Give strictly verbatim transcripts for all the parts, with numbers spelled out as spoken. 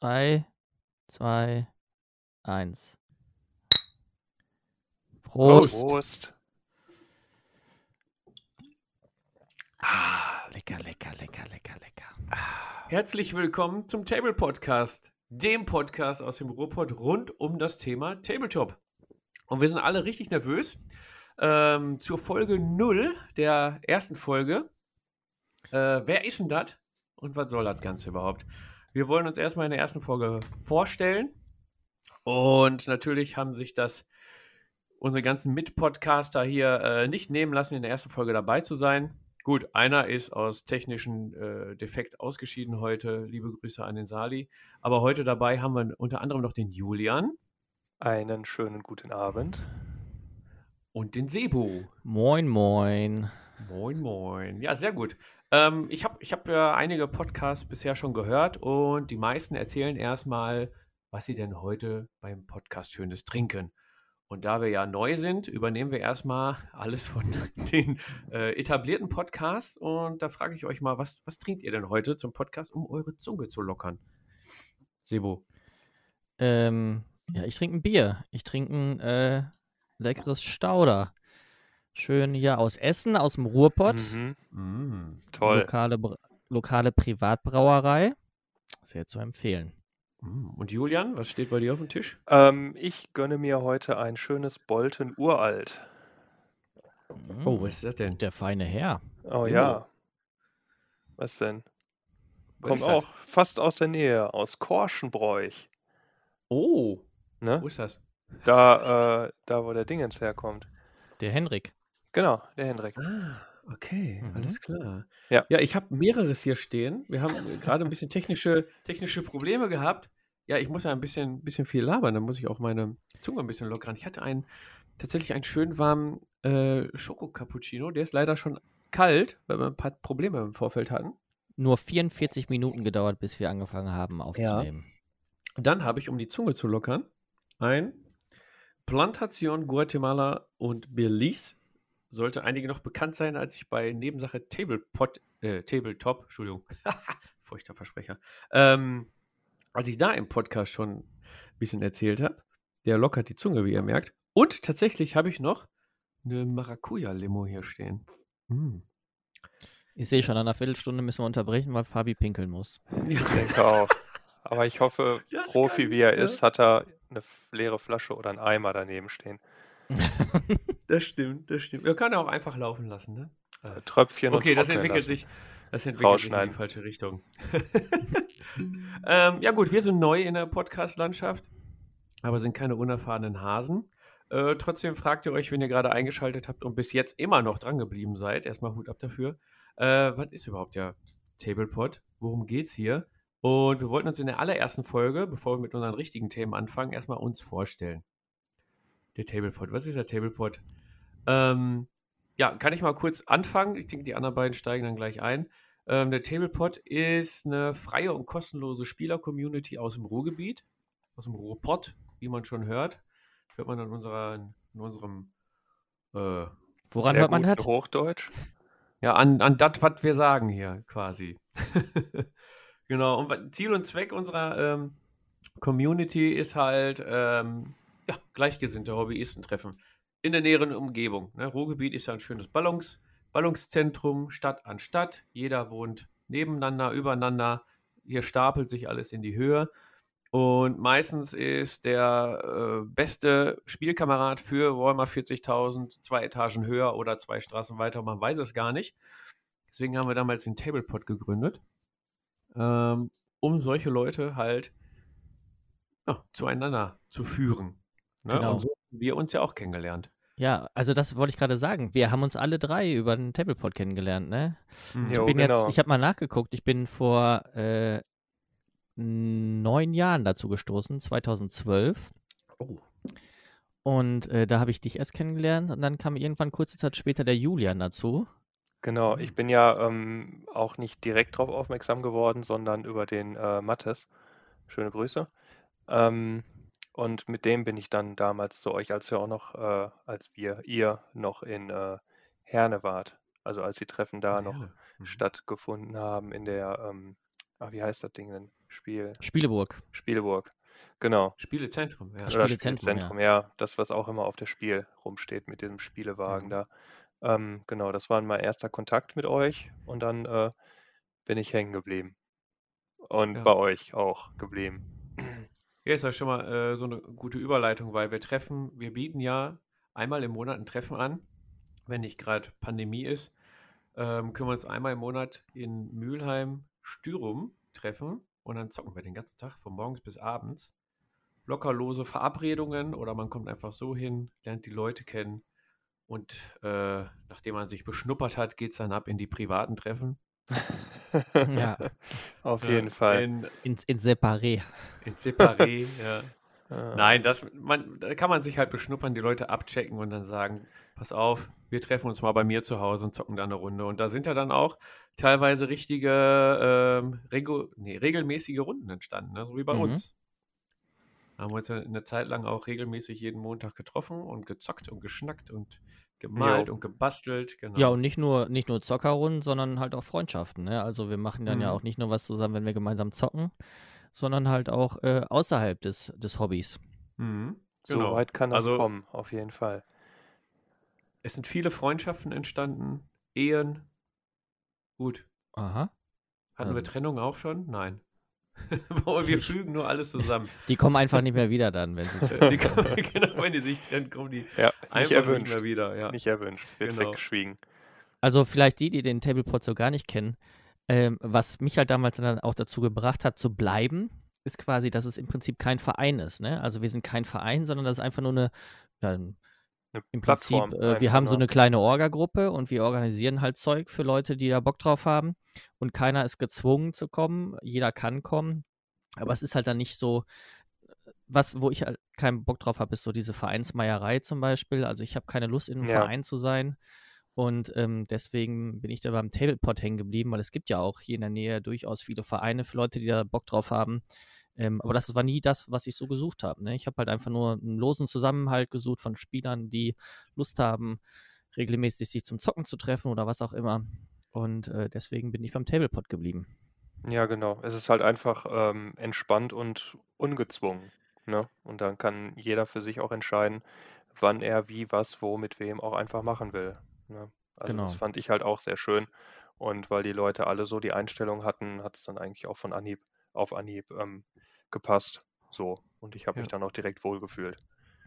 drei, zwei, eins. Prost. Prost. Ah, lecker, lecker, lecker, lecker, lecker. Herzlich willkommen zum Table Podcast, dem Podcast aus dem Ruhrpott rund um das Thema Tabletop. Und wir sind alle richtig nervös ähm, zur Folge null der ersten Folge. Äh, wer ist denn das und was soll das Ganze überhaupt? Wir wollen uns erstmal in der ersten Folge vorstellen. Und natürlich haben sich das unsere ganzen Mit-Podcaster hier äh, nicht nehmen lassen, in der ersten Folge dabei zu sein. Gut, einer ist aus technischen äh, Defekt ausgeschieden heute. Liebe Grüße an den Sali. Aber heute dabei haben wir unter anderem noch den Julian. Einen schönen guten Abend. Und den Sebo. Moin, moin. Moin, moin. Ja, sehr gut. Ähm, ich habe ich hab ja einige Podcasts bisher schon gehört und die meisten erzählen erstmal, was sie denn heute beim Podcast Schönes trinken. Und da wir ja neu sind, übernehmen wir erstmal alles von den äh, etablierten Podcasts. Und da frage ich euch mal, was, was trinkt ihr denn heute zum Podcast, um eure Zunge zu lockern? Sebo. Ähm, ja, ich trinke ein Bier. Ich trinke ein äh, leckeres Stauder. Schön hier aus Essen, aus dem Ruhrpott. Mhm. Mm. Toll. Lokale, Br- lokale Privatbrauerei. Sehr zu empfehlen. Mm. Und Julian, was steht bei dir auf dem Tisch? Ähm, ich gönne mir heute ein schönes Bolten Uralt. Mm, Oh, was ist das denn? Der feine Herr. Oh Oh. ja. Was denn? Was Kommt ist das? auch fast aus der Nähe, aus Korschenbroich. Oh, Ne? wo ist das? Da, äh, da, wo der Dingens herkommt. Der Henrik. Genau, der Hendrik. Ah, okay, Mhm. alles klar. Ja. Ja, ich habe mehreres hier stehen. Wir haben gerade ein bisschen technische, technische Probleme gehabt. Ja, ich muss ja ein bisschen, bisschen viel labern, dann muss ich auch meine Zunge ein bisschen lockern. Ich hatte einen, tatsächlich einen schön warmen äh, Schoko-Cappuccino. Der ist leider schon kalt, weil wir ein paar Probleme im Vorfeld hatten. Nur vierundvierzig Minuten gedauert, bis wir angefangen haben aufzunehmen. Dann habe ich, um die Zunge zu lockern, ein Plantation Guatemala und Belize. Sollte einige noch bekannt sein, als ich bei Nebensache Tablepot, äh, Tabletop, Entschuldigung, feuchter Versprecher, ähm, als ich da im Podcast schon ein bisschen erzählt habe. Der lockert die Zunge, wie ihr merkt. Und tatsächlich habe ich noch eine Maracuja-Limo hier stehen. Mm. Ich sehe schon, nach einer Viertelstunde müssen wir unterbrechen, weil Fabi pinkeln muss. Ich denke auch. Aber ich hoffe, Das Profi kann- wie er ja. ist, hat er eine leere Flasche oder einen Eimer daneben stehen. Das stimmt, das stimmt. Man kann ja auch einfach laufen lassen, ne? Äh, Tröpfchen Okay, und das trocknen entwickelt lassen. sich, das entwickelt sich in die Rausschneiden. falsche Richtung. ähm, ja gut, wir sind neu in der Podcast-Landschaft, aber sind keine unerfahrenen Hasen. Äh, trotzdem fragt ihr euch, wenn ihr gerade eingeschaltet habt und bis jetzt immer noch dran geblieben seid, erstmal Hut ab dafür, äh, was ist überhaupt der Tablepot? Worum geht's hier? Und wir wollten uns in der allerersten Folge, bevor wir mit unseren richtigen Themen anfangen, erstmal uns vorstellen. Der Tablepot. Was ist der Tablepot? Ähm, ja, kann ich mal kurz anfangen? Ich denke, die anderen beiden steigen dann gleich ein. Ähm, der Tablepot ist eine freie und kostenlose Spieler-Community aus dem Ruhrgebiet, aus dem Ruhrpott, wie man schon hört. Hört man in, unserer, in unserem, äh, Woran Sehr hört man guten das? Hochdeutsch. ja, an, an das, was wir sagen hier quasi. Genau, und wa- Ziel und Zweck unserer ähm, Community ist halt, ähm, ja, gleichgesinnte Hobbyisten treffen. In der näheren Umgebung. Ne? Ruhrgebiet ist ja ein schönes Ballungs Ballungszentrum, Stadt an Stadt. Jeder wohnt nebeneinander, übereinander. Hier stapelt sich alles in die Höhe. Und meistens ist der äh, beste Spielkamerad für Warhammer vierzigtausend zwei Etagen höher oder zwei Straßen weiter. Man weiß es gar nicht. Deswegen haben wir damals den Tablepot gegründet, ähm, um solche Leute halt ja, zueinander zu führen. Ne? Genau. Und so haben wir uns ja auch kennengelernt. Ja, also das wollte ich gerade sagen. Wir haben uns alle drei über den Tablepot kennengelernt, ne? Mhm. Ich Jo, bin genau. jetzt, ich habe mal nachgeguckt, ich bin vor äh, neun Jahren dazu gestoßen, zweitausendzwölf. Oh. Und äh, da habe ich dich erst kennengelernt und dann kam irgendwann kurze Zeit später der Julian dazu. Genau, Mhm. ich bin ja ähm, auch nicht direkt darauf aufmerksam geworden, sondern über den äh, Mattes. Schöne Grüße. Ähm, und mit dem bin ich dann damals zu euch, als wir auch noch, äh, als wir, ihr noch in äh, Herne wart. Also als die Treffen da noch Ja. Mhm. stattgefunden haben in der, ähm, ah, wie heißt das Ding denn? Spiel, Spieleburg. Spieleburg. Genau. Spielezentrum, ja. Oder Spielezentrum, Spielezentrum, ja. Das, was auch immer auf der Spiel rumsteht mit diesem Spielewagen Mhm. da. Ähm, genau, das war mein erster Kontakt mit euch und dann äh, bin ich hängen geblieben. Und Ja. bei euch auch geblieben. Ja, ist ja schon mal äh, so eine gute Überleitung, weil wir treffen, wir bieten ja einmal im Monat ein Treffen an, wenn nicht gerade Pandemie ist, ähm, können wir uns einmal im Monat in Mülheim-Stürum treffen und dann zocken wir den ganzen Tag von morgens bis abends. Lockerlose Verabredungen oder man kommt einfach so hin, lernt die Leute kennen und äh, nachdem man sich beschnuppert hat, geht es dann ab in die privaten Treffen. Ja, Auf Ja, jeden Fall. In, ins, ins Separé. in Separé, ja. Äh, Nein, das, man, da kann man sich halt beschnuppern, die Leute abchecken und dann sagen, pass auf, wir treffen uns mal bei mir zu Hause und zocken da eine Runde. Und da sind ja dann auch teilweise richtige, ähm, regu nee, regelmäßige Runden entstanden, ne? So wie bei Mhm. uns. Da haben wir uns ja eine Zeit lang auch regelmäßig jeden Montag getroffen und gezockt und geschnackt und gemalt Jo. und gebastelt, genau. Ja, und nicht nur, nicht nur Zockerrunden, sondern halt auch Freundschaften. Ne? Also wir machen dann ja Mhm. auch nicht nur was zusammen, wenn wir gemeinsam zocken, sondern halt auch äh, außerhalb des, des Hobbys. Mhm. So Genau. weit kann das Also kommen, auf jeden Fall. es sind viele Freundschaften entstanden, Ehen. Gut. Aha. Hatten wir Ähm, Trennung auch schon? Nein. Boah, wir Ich- fügen nur alles zusammen. Die kommen einfach nicht mehr wieder dann, wenn sie sich Äh, die kommen, genau, wenn die sich trennen, kommen die Ja, nicht einfach nicht erwünscht. mehr wieder. Ja. Nicht erwünscht. Wird Genau. weggeschwiegen. Also vielleicht die, die den Tablepot so gar nicht kennen, ähm, was mich halt damals dann auch dazu gebracht hat, zu bleiben, ist quasi, dass es im Prinzip kein Verein ist. Ne? Also wir sind kein Verein, sondern das ist einfach nur eine, ja, ein- Eine im Plattform. Prinzip, äh, wir einfach haben so nur. eine kleine Orga-Gruppe und wir organisieren halt Zeug für Leute, die da Bock drauf haben. Und keiner ist gezwungen zu kommen, jeder kann kommen. Aber es ist halt dann nicht so, was, wo ich halt keinen Bock drauf habe, ist so diese Vereinsmeierei zum Beispiel. Also ich habe keine Lust, in einem Ja. Verein zu sein. Und ähm, deswegen bin ich da beim Tablepot hängen geblieben, weil es gibt ja auch hier in der Nähe durchaus viele Vereine für Leute, die da Bock drauf haben. Ähm, aber das war nie das, was ich so gesucht habe. Ne? Ich habe halt einfach nur einen losen Zusammenhalt gesucht von Spielern, die Lust haben, regelmäßig sich zum Zocken zu treffen oder was auch immer. Und äh, deswegen bin ich beim Tablepot geblieben. Ja, genau. Es ist halt einfach ähm, entspannt und ungezwungen. Ne? Und dann kann jeder für sich auch entscheiden, wann er wie, was, wo, mit wem auch einfach machen will. Ne? Also Genau. das fand ich halt auch sehr schön. Und weil die Leute alle so die Einstellung hatten, hat es dann eigentlich auch von Anhieb auf Anhieb ähm, gepasst. So. Und ich habe Ja. mich dann auch direkt wohlgefühlt.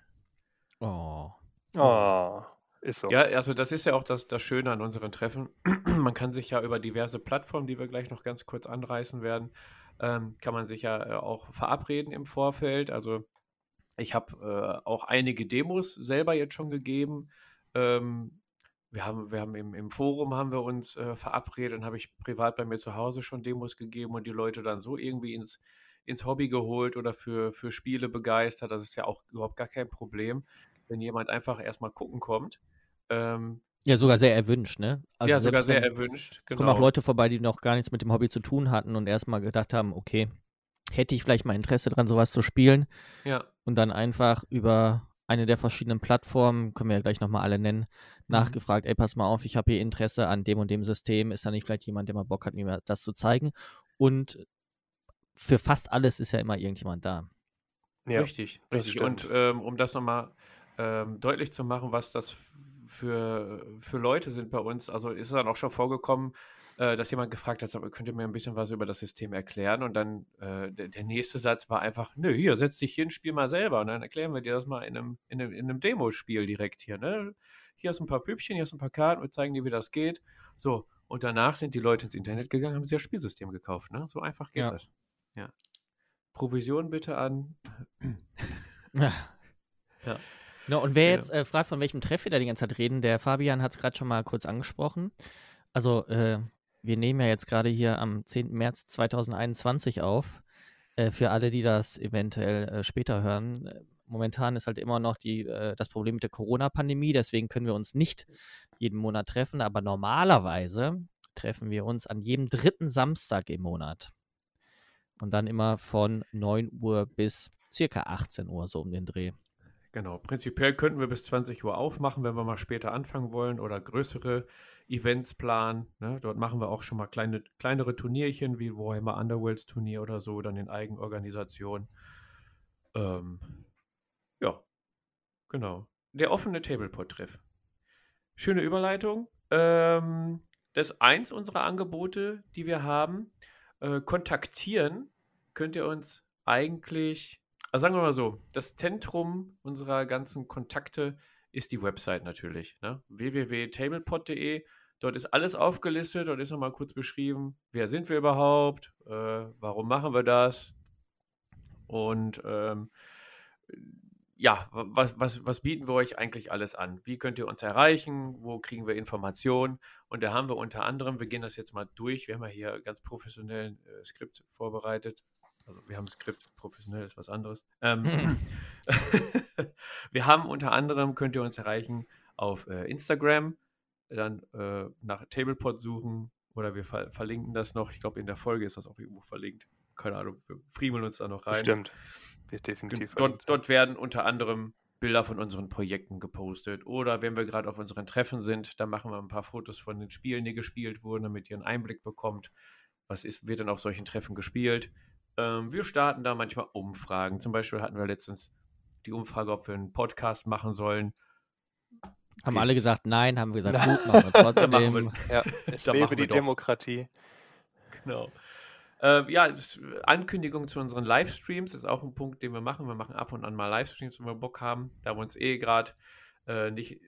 Oh. Oh, ist so. Ja, also das ist ja auch das, das Schöne an unseren Treffen. Man kann sich ja über diverse Plattformen, die wir gleich noch ganz kurz anreißen werden, ähm, kann man sich ja äh, auch verabreden im Vorfeld. Also ich habe äh, auch einige Demos selber jetzt schon gegeben. Ähm, wir haben, wir haben im, im Forum haben wir uns äh, verabredet, dann habe ich privat bei mir zu Hause schon Demos gegeben und die Leute dann so irgendwie ins, ins Hobby geholt oder für, für Spiele begeistert. Das ist ja auch überhaupt gar kein Problem, wenn jemand einfach erstmal gucken kommt. Ähm, Ja, sogar sehr erwünscht, ne? Also ja, sogar selbst sehr wenn, erwünscht. es kommen auch Genau. Leute vorbei, die noch gar nichts mit dem Hobby zu tun hatten und erstmal gedacht haben, okay, hätte ich vielleicht mal Interesse dran, sowas zu spielen. Ja. Und dann einfach über eine der verschiedenen Plattformen, können wir ja gleich nochmal alle nennen, Mhm. nachgefragt, ey, pass mal auf, ich habe hier Interesse an dem und dem System. Ist da nicht vielleicht jemand, der mal Bock hat, mir das zu zeigen? Und für fast alles ist ja immer irgendjemand da. Ja, Richtig, das richtig. Und stimmt. ähm, um das nochmal ähm, deutlich zu machen, was das f- für, für Leute sind bei uns, also ist es dann auch schon vorgekommen, äh, dass jemand gefragt hat, sag mal, könnt ihr mir ein bisschen was über das System erklären? Und dann äh, der, der nächste Satz war einfach, nö, hier, setz dich hin, spiel mal selber. Und dann erklären wir dir das mal in einem, in einem, in einem Demospiel direkt hier. Ne? Hier hast du ein paar Püppchen, hier hast du ein paar Karten, wir zeigen dir, wie das geht. So, und danach sind die Leute ins Internet gegangen, haben sich das Spielsystem gekauft. Ne? So einfach geht Ja. das. Ja. Provision bitte an. Ja. Ja. No, und wer Genau. jetzt äh, fragt, von welchem Treff wir da die ganze Zeit reden, der Fabian hat es gerade schon mal kurz angesprochen. Also, äh, wir nehmen ja jetzt gerade hier am zehnten März zweitausendeinundzwanzig auf. Äh, für alle, die das eventuell äh, später hören. Äh, momentan ist halt immer noch die, äh, das Problem mit der Corona-Pandemie, deswegen können wir uns nicht jeden Monat treffen, aber normalerweise treffen wir uns an jedem dritten Samstag im Monat. Und dann immer von neun Uhr bis circa achtzehn Uhr, so um den Dreh. Genau, prinzipiell könnten wir bis zwanzig Uhr aufmachen, wenn wir mal später anfangen wollen oder größere Events planen. Ne? Dort machen wir auch schon mal kleine, kleinere Turnierchen, wie Warhammer Underworlds Turnier oder so, dann in Eigenorganisation. Ähm, ja, genau. Der offene Tablepot-Treff. Schöne Überleitung. Ähm, das ist eins unserer Angebote, die wir haben. Äh, kontaktieren könnt ihr uns eigentlich, also sagen wir mal so, das Zentrum unserer ganzen Kontakte ist die Website natürlich. Ne? w w w punkt tablepot punkt d e. Dort ist alles aufgelistet, dort ist nochmal kurz beschrieben, wer sind wir überhaupt, äh, warum machen wir das und ähm, ja, was, was, was bieten wir euch eigentlich alles an? Wie könnt ihr uns erreichen? Wo kriegen wir Informationen? Und da haben wir unter anderem, wir gehen das jetzt mal durch, wir haben ja hier ganz professionell ein äh, Skript vorbereitet. Also wir haben ein Skript, professionell ist was anderes. Ähm, wir haben unter anderem, könnt ihr uns erreichen auf äh, Instagram, dann äh, nach Tablepot suchen oder wir ver- verlinken das noch. Ich glaube, in der Folge ist das auch irgendwo verlinkt. Keine Ahnung, wir friemeln uns da noch rein. Stimmt. Wird definitiv. Dort, dort werden unter anderem Bilder von unseren Projekten gepostet. Oder wenn wir gerade auf unseren Treffen sind, dann machen wir ein paar Fotos von den Spielen, die gespielt wurden, damit ihr einen Einblick bekommt, was ist, wird dann auf solchen Treffen gespielt. Ähm, wir starten da manchmal Umfragen. Zum Beispiel hatten wir letztens die Umfrage, ob wir einen Podcast machen sollen. Haben Okay. alle gesagt nein, haben wir gesagt gut, machen wir trotzdem. Machen wir. Ja, es Da lebe machen die wir doch. Demokratie. Genau. Äh, ja, das, Ankündigung zu unseren Livestreams ist auch ein Punkt, den wir machen. Wir machen ab und an mal Livestreams, wenn wir Bock haben. Da wir uns eh gerade äh, nicht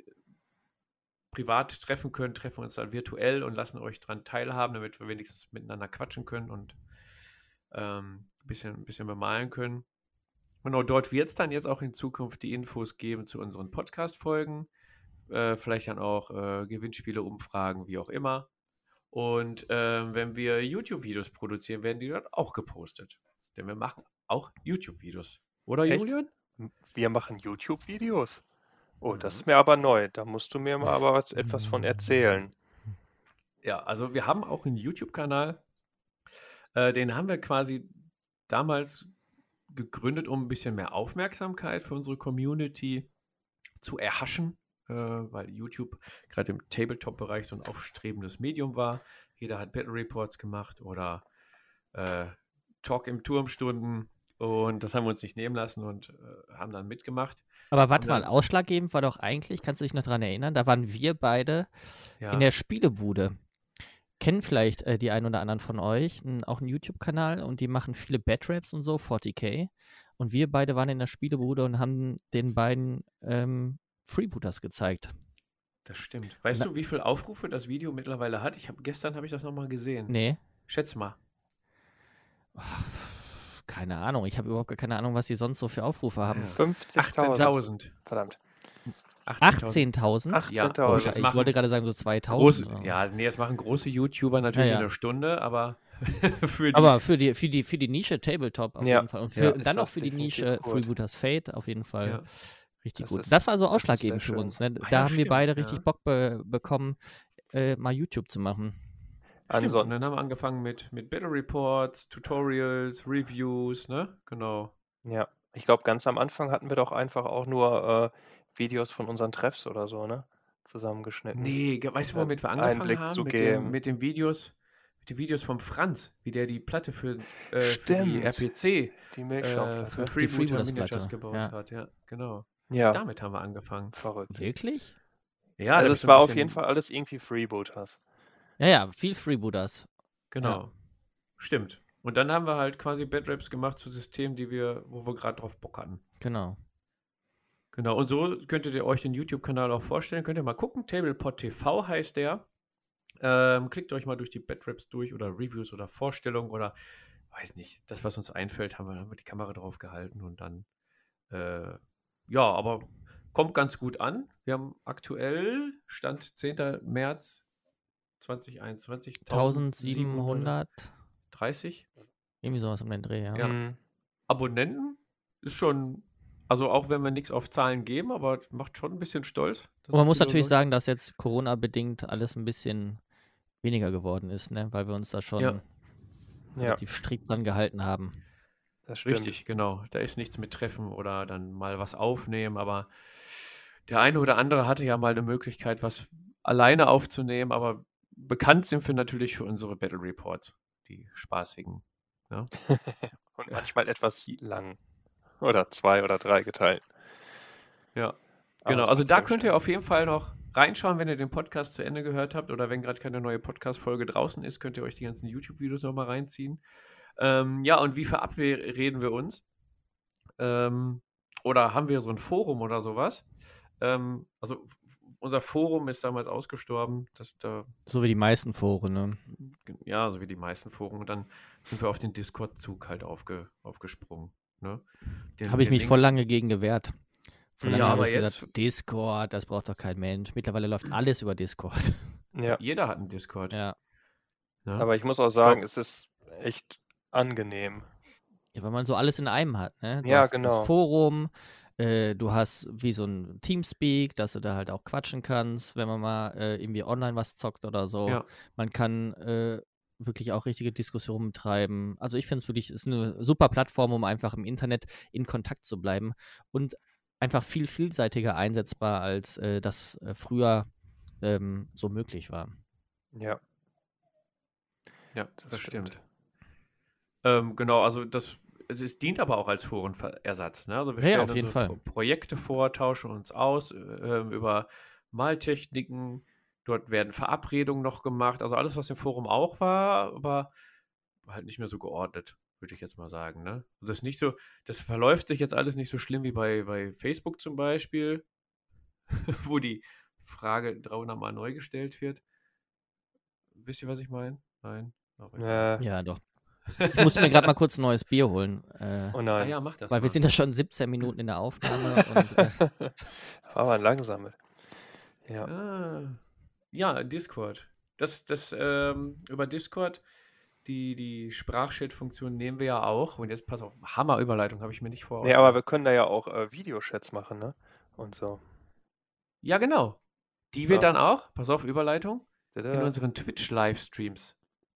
privat treffen können, treffen wir uns dann virtuell und lassen euch dran teilhaben, damit wir wenigstens miteinander quatschen können und ähm, ein bisschen, ein bisschen bemalen können. Genau, dort wird es dann jetzt auch in Zukunft die Infos geben zu unseren Podcast-Folgen. Äh, vielleicht dann auch äh, Gewinnspiele, Umfragen, wie auch immer. Und ähm, wenn wir YouTube-Videos produzieren, werden die dort auch gepostet. Denn wir machen auch YouTube-Videos. Oder, Echt? Julian? Wir machen YouTube-Videos. Oh, das Mhm. ist mir aber neu. Da musst du mir mal aber was, etwas von erzählen. Ja, also wir haben auch einen YouTube-Kanal. Äh, den haben wir quasi damals gegründet, um ein bisschen mehr Aufmerksamkeit für unsere Community zu erhaschen. Äh, weil YouTube gerade im Tabletop-Bereich so ein aufstrebendes Medium war. Jeder hat Battle Reports gemacht oder äh, Talk im Turmstunden und das haben wir uns nicht nehmen lassen und äh, haben dann mitgemacht. Aber warte Haben mal, dann- ausschlaggebend war doch eigentlich, kannst du dich noch daran erinnern, da waren wir beide Ja, in der Spielebude. Kennen vielleicht äh, die einen oder anderen von euch n, auch einen YouTube-Kanal und die machen viele Batraps und so, vierzig K. Und wir beide waren in der Spielebude und haben den beiden ähm, Freebooters gezeigt. das stimmt. Weißt Na- du, wie viele Aufrufe das Video mittlerweile hat? Ich habe gestern habe ich das nochmal gesehen. Nee, Schätz mal. keine Ahnung. Ich habe überhaupt gar keine Ahnung, was die sonst so für Aufrufe haben. Ja. fünfzigtausend. achtzehntausend. Verdammt. achtzehntausend? Ja, achtzehntausend. Oh, oh, ich das ich machen wollte gerade sagen so zweitausend. große, oder so. ja, nee, das machen große YouTuber natürlich Ja, ja. in einer Stunde, aber für die, Aber für die, für die, für die Nische Tabletop auf Ja. jeden Fall. Und für, Ja. Ist dann auch das für die definitiv Nische gut. Freebooters Fate auf jeden Fall Ja. richtig Das gut. ist- das war so das ist ausschlaggebend sehr für schön. uns. Ne? Ah Da ja, haben wir stimmt, beide ja. richtig Bock be bekommen, äh, mal YouTube zu machen. Stimmt, Anson- und dann haben wir angefangen mit, mit Battle Reports, Tutorials, Reviews, ne? Genau. Ja, ich glaube, ganz am Anfang hatten wir doch einfach auch nur äh, Videos von unseren Treffs oder so, ne? Zusammengeschnitten. Nee, ge- weißt du, Äh, womit wir angefangen Einblick haben? zu Mit, geben. dem, mit den Videos, mit den Videos vom Franz, wie der die Platte für, äh, für die Stimmt. R P C Die äh, Milchschaumplatte. für Freebooter Freebooters Miniatures Platte, gebaut ja. hat. Ja, genau. Ja, Damit haben wir angefangen. verrückt. Wirklich? Ja, Also da es bist du ein war auf bisschen- jeden Fall alles irgendwie Freebooters. Ja, ja, viel Freebooters. Genau. Stimmt. Und dann haben wir halt quasi Badraps gemacht zu Systemen, die wir, wo wir gerade drauf Bock hatten. Genau. Genau, und so könntet ihr euch den YouTube-Kanal auch vorstellen. Könnt ihr mal gucken. Tablepot T V heißt der. Ähm, klickt euch mal durch die Badraps durch oder Reviews oder Vorstellungen oder weiß nicht, das, was uns einfällt, haben wir, haben wir die Kamera drauf gehalten und dann äh, ja, aber kommt ganz gut an. Wir haben aktuell Stand zehnten März zweitausendeinundzwanzig eintausendsiebenhundert, dreißig irgendwie sowas um den Dreh, ja. Ja. Mhm. Abonnenten. Ist schon, also auch wenn wir nichts auf Zahlen geben, aber macht schon ein bisschen stolz. dass Und man so muss viele natürlich Leute- sagen, dass jetzt Corona-bedingt alles ein bisschen weniger geworden ist, ne? Weil wir uns da schon Ja. Ja, relativ strikt dran gehalten haben. das das stimmt. Richtig, genau. Da ist nichts mit Treffen oder dann mal was aufnehmen, aber der eine oder andere hatte ja mal eine Möglichkeit, was alleine aufzunehmen, aber bekannt sind wir natürlich für unsere Battle Reports, die spaßigen. Ne? Und manchmal etwas lang. Oder zwei oder drei geteilt. Ja, Aber genau. Also da trotzdem könnt ihr schön. auf jeden Fall noch reinschauen, wenn ihr den Podcast zu Ende gehört habt oder wenn gerade keine neue Podcast-Folge draußen ist, könnt ihr euch die ganzen YouTube-Videos nochmal reinziehen. Ähm, ja, und wie verabreden wir uns? Ähm, oder haben wir so ein Forum oder sowas? Ähm, also f- unser Forum ist damals ausgestorben. Das, da, So wie die meisten Foren, ne? ja, so wie die meisten Foren. Und dann sind wir auf den Discord-Zug halt aufge, aufgesprungen. Ne? Den, Habe ich den mich Link- voll lange gegen gewehrt. Vor Ja, lange habe aber ich jetzt- gesagt, Discord, das braucht doch kein Mensch. Mittlerweile läuft alles über Discord. Ja, Jeder hat einen Discord. Ja. Ne? aber ich muss auch sagen, es ist echt angenehm. Ja, weil man so alles in einem hat, ne? Du Ja, hast genau. das Forum, äh, du hast wie so ein Teamspeak, dass du da halt auch quatschen kannst, wenn man mal äh, irgendwie online was zockt oder so. Ja. Man kann äh, wirklich auch richtige Diskussionen betreiben. Also ich finde es wirklich, ist eine super Plattform, um einfach im Internet in Kontakt zu bleiben und einfach viel vielseitiger einsetzbar, als äh, das äh, früher ähm, so möglich war. Ja, Ja, Das das, stimmt. stimmt. Ähm, genau, also das es, es dient aber auch als Forenersatz. Ne? Also wir Ja, ja, stellen auf jeden unsere Fall. Pro Projekte vor, tauschen uns aus äh, ähm, über Maltechniken. Dort werden Verabredungen noch gemacht. Also alles, was im Forum auch war, aber halt nicht mehr so geordnet, würde ich jetzt mal sagen. Ne? Also das ist nicht so, das verläuft sich jetzt alles nicht so schlimm wie bei, bei Facebook zum Beispiel, wo die Frage dreihundert Mal neu gestellt wird. Wisst ihr, was ich meine? Nein? Aber egal. Äh, Ja, doch. Ich muss mir gerade mal kurz ein neues Bier holen. Äh, oh Ah nein. ja, mach das Weil wir mal. sind ja schon siebzehn Minuten in der Aufnahme und äh, War aber langsam. mit. Ja. Ah, ja, Discord. Das, das, ähm, über Discord, die, die Sprachchat-Funktion nehmen wir ja auch. Und jetzt pass auf, Hammer-Überleitung habe ich mir nicht vor. Nee, aber wir können da ja auch äh, Videochats machen, ne? Und so. Ja, genau. Die wir Ja. dann auch, pass auf, Überleitung, in Tada. unseren Twitch-Livestreams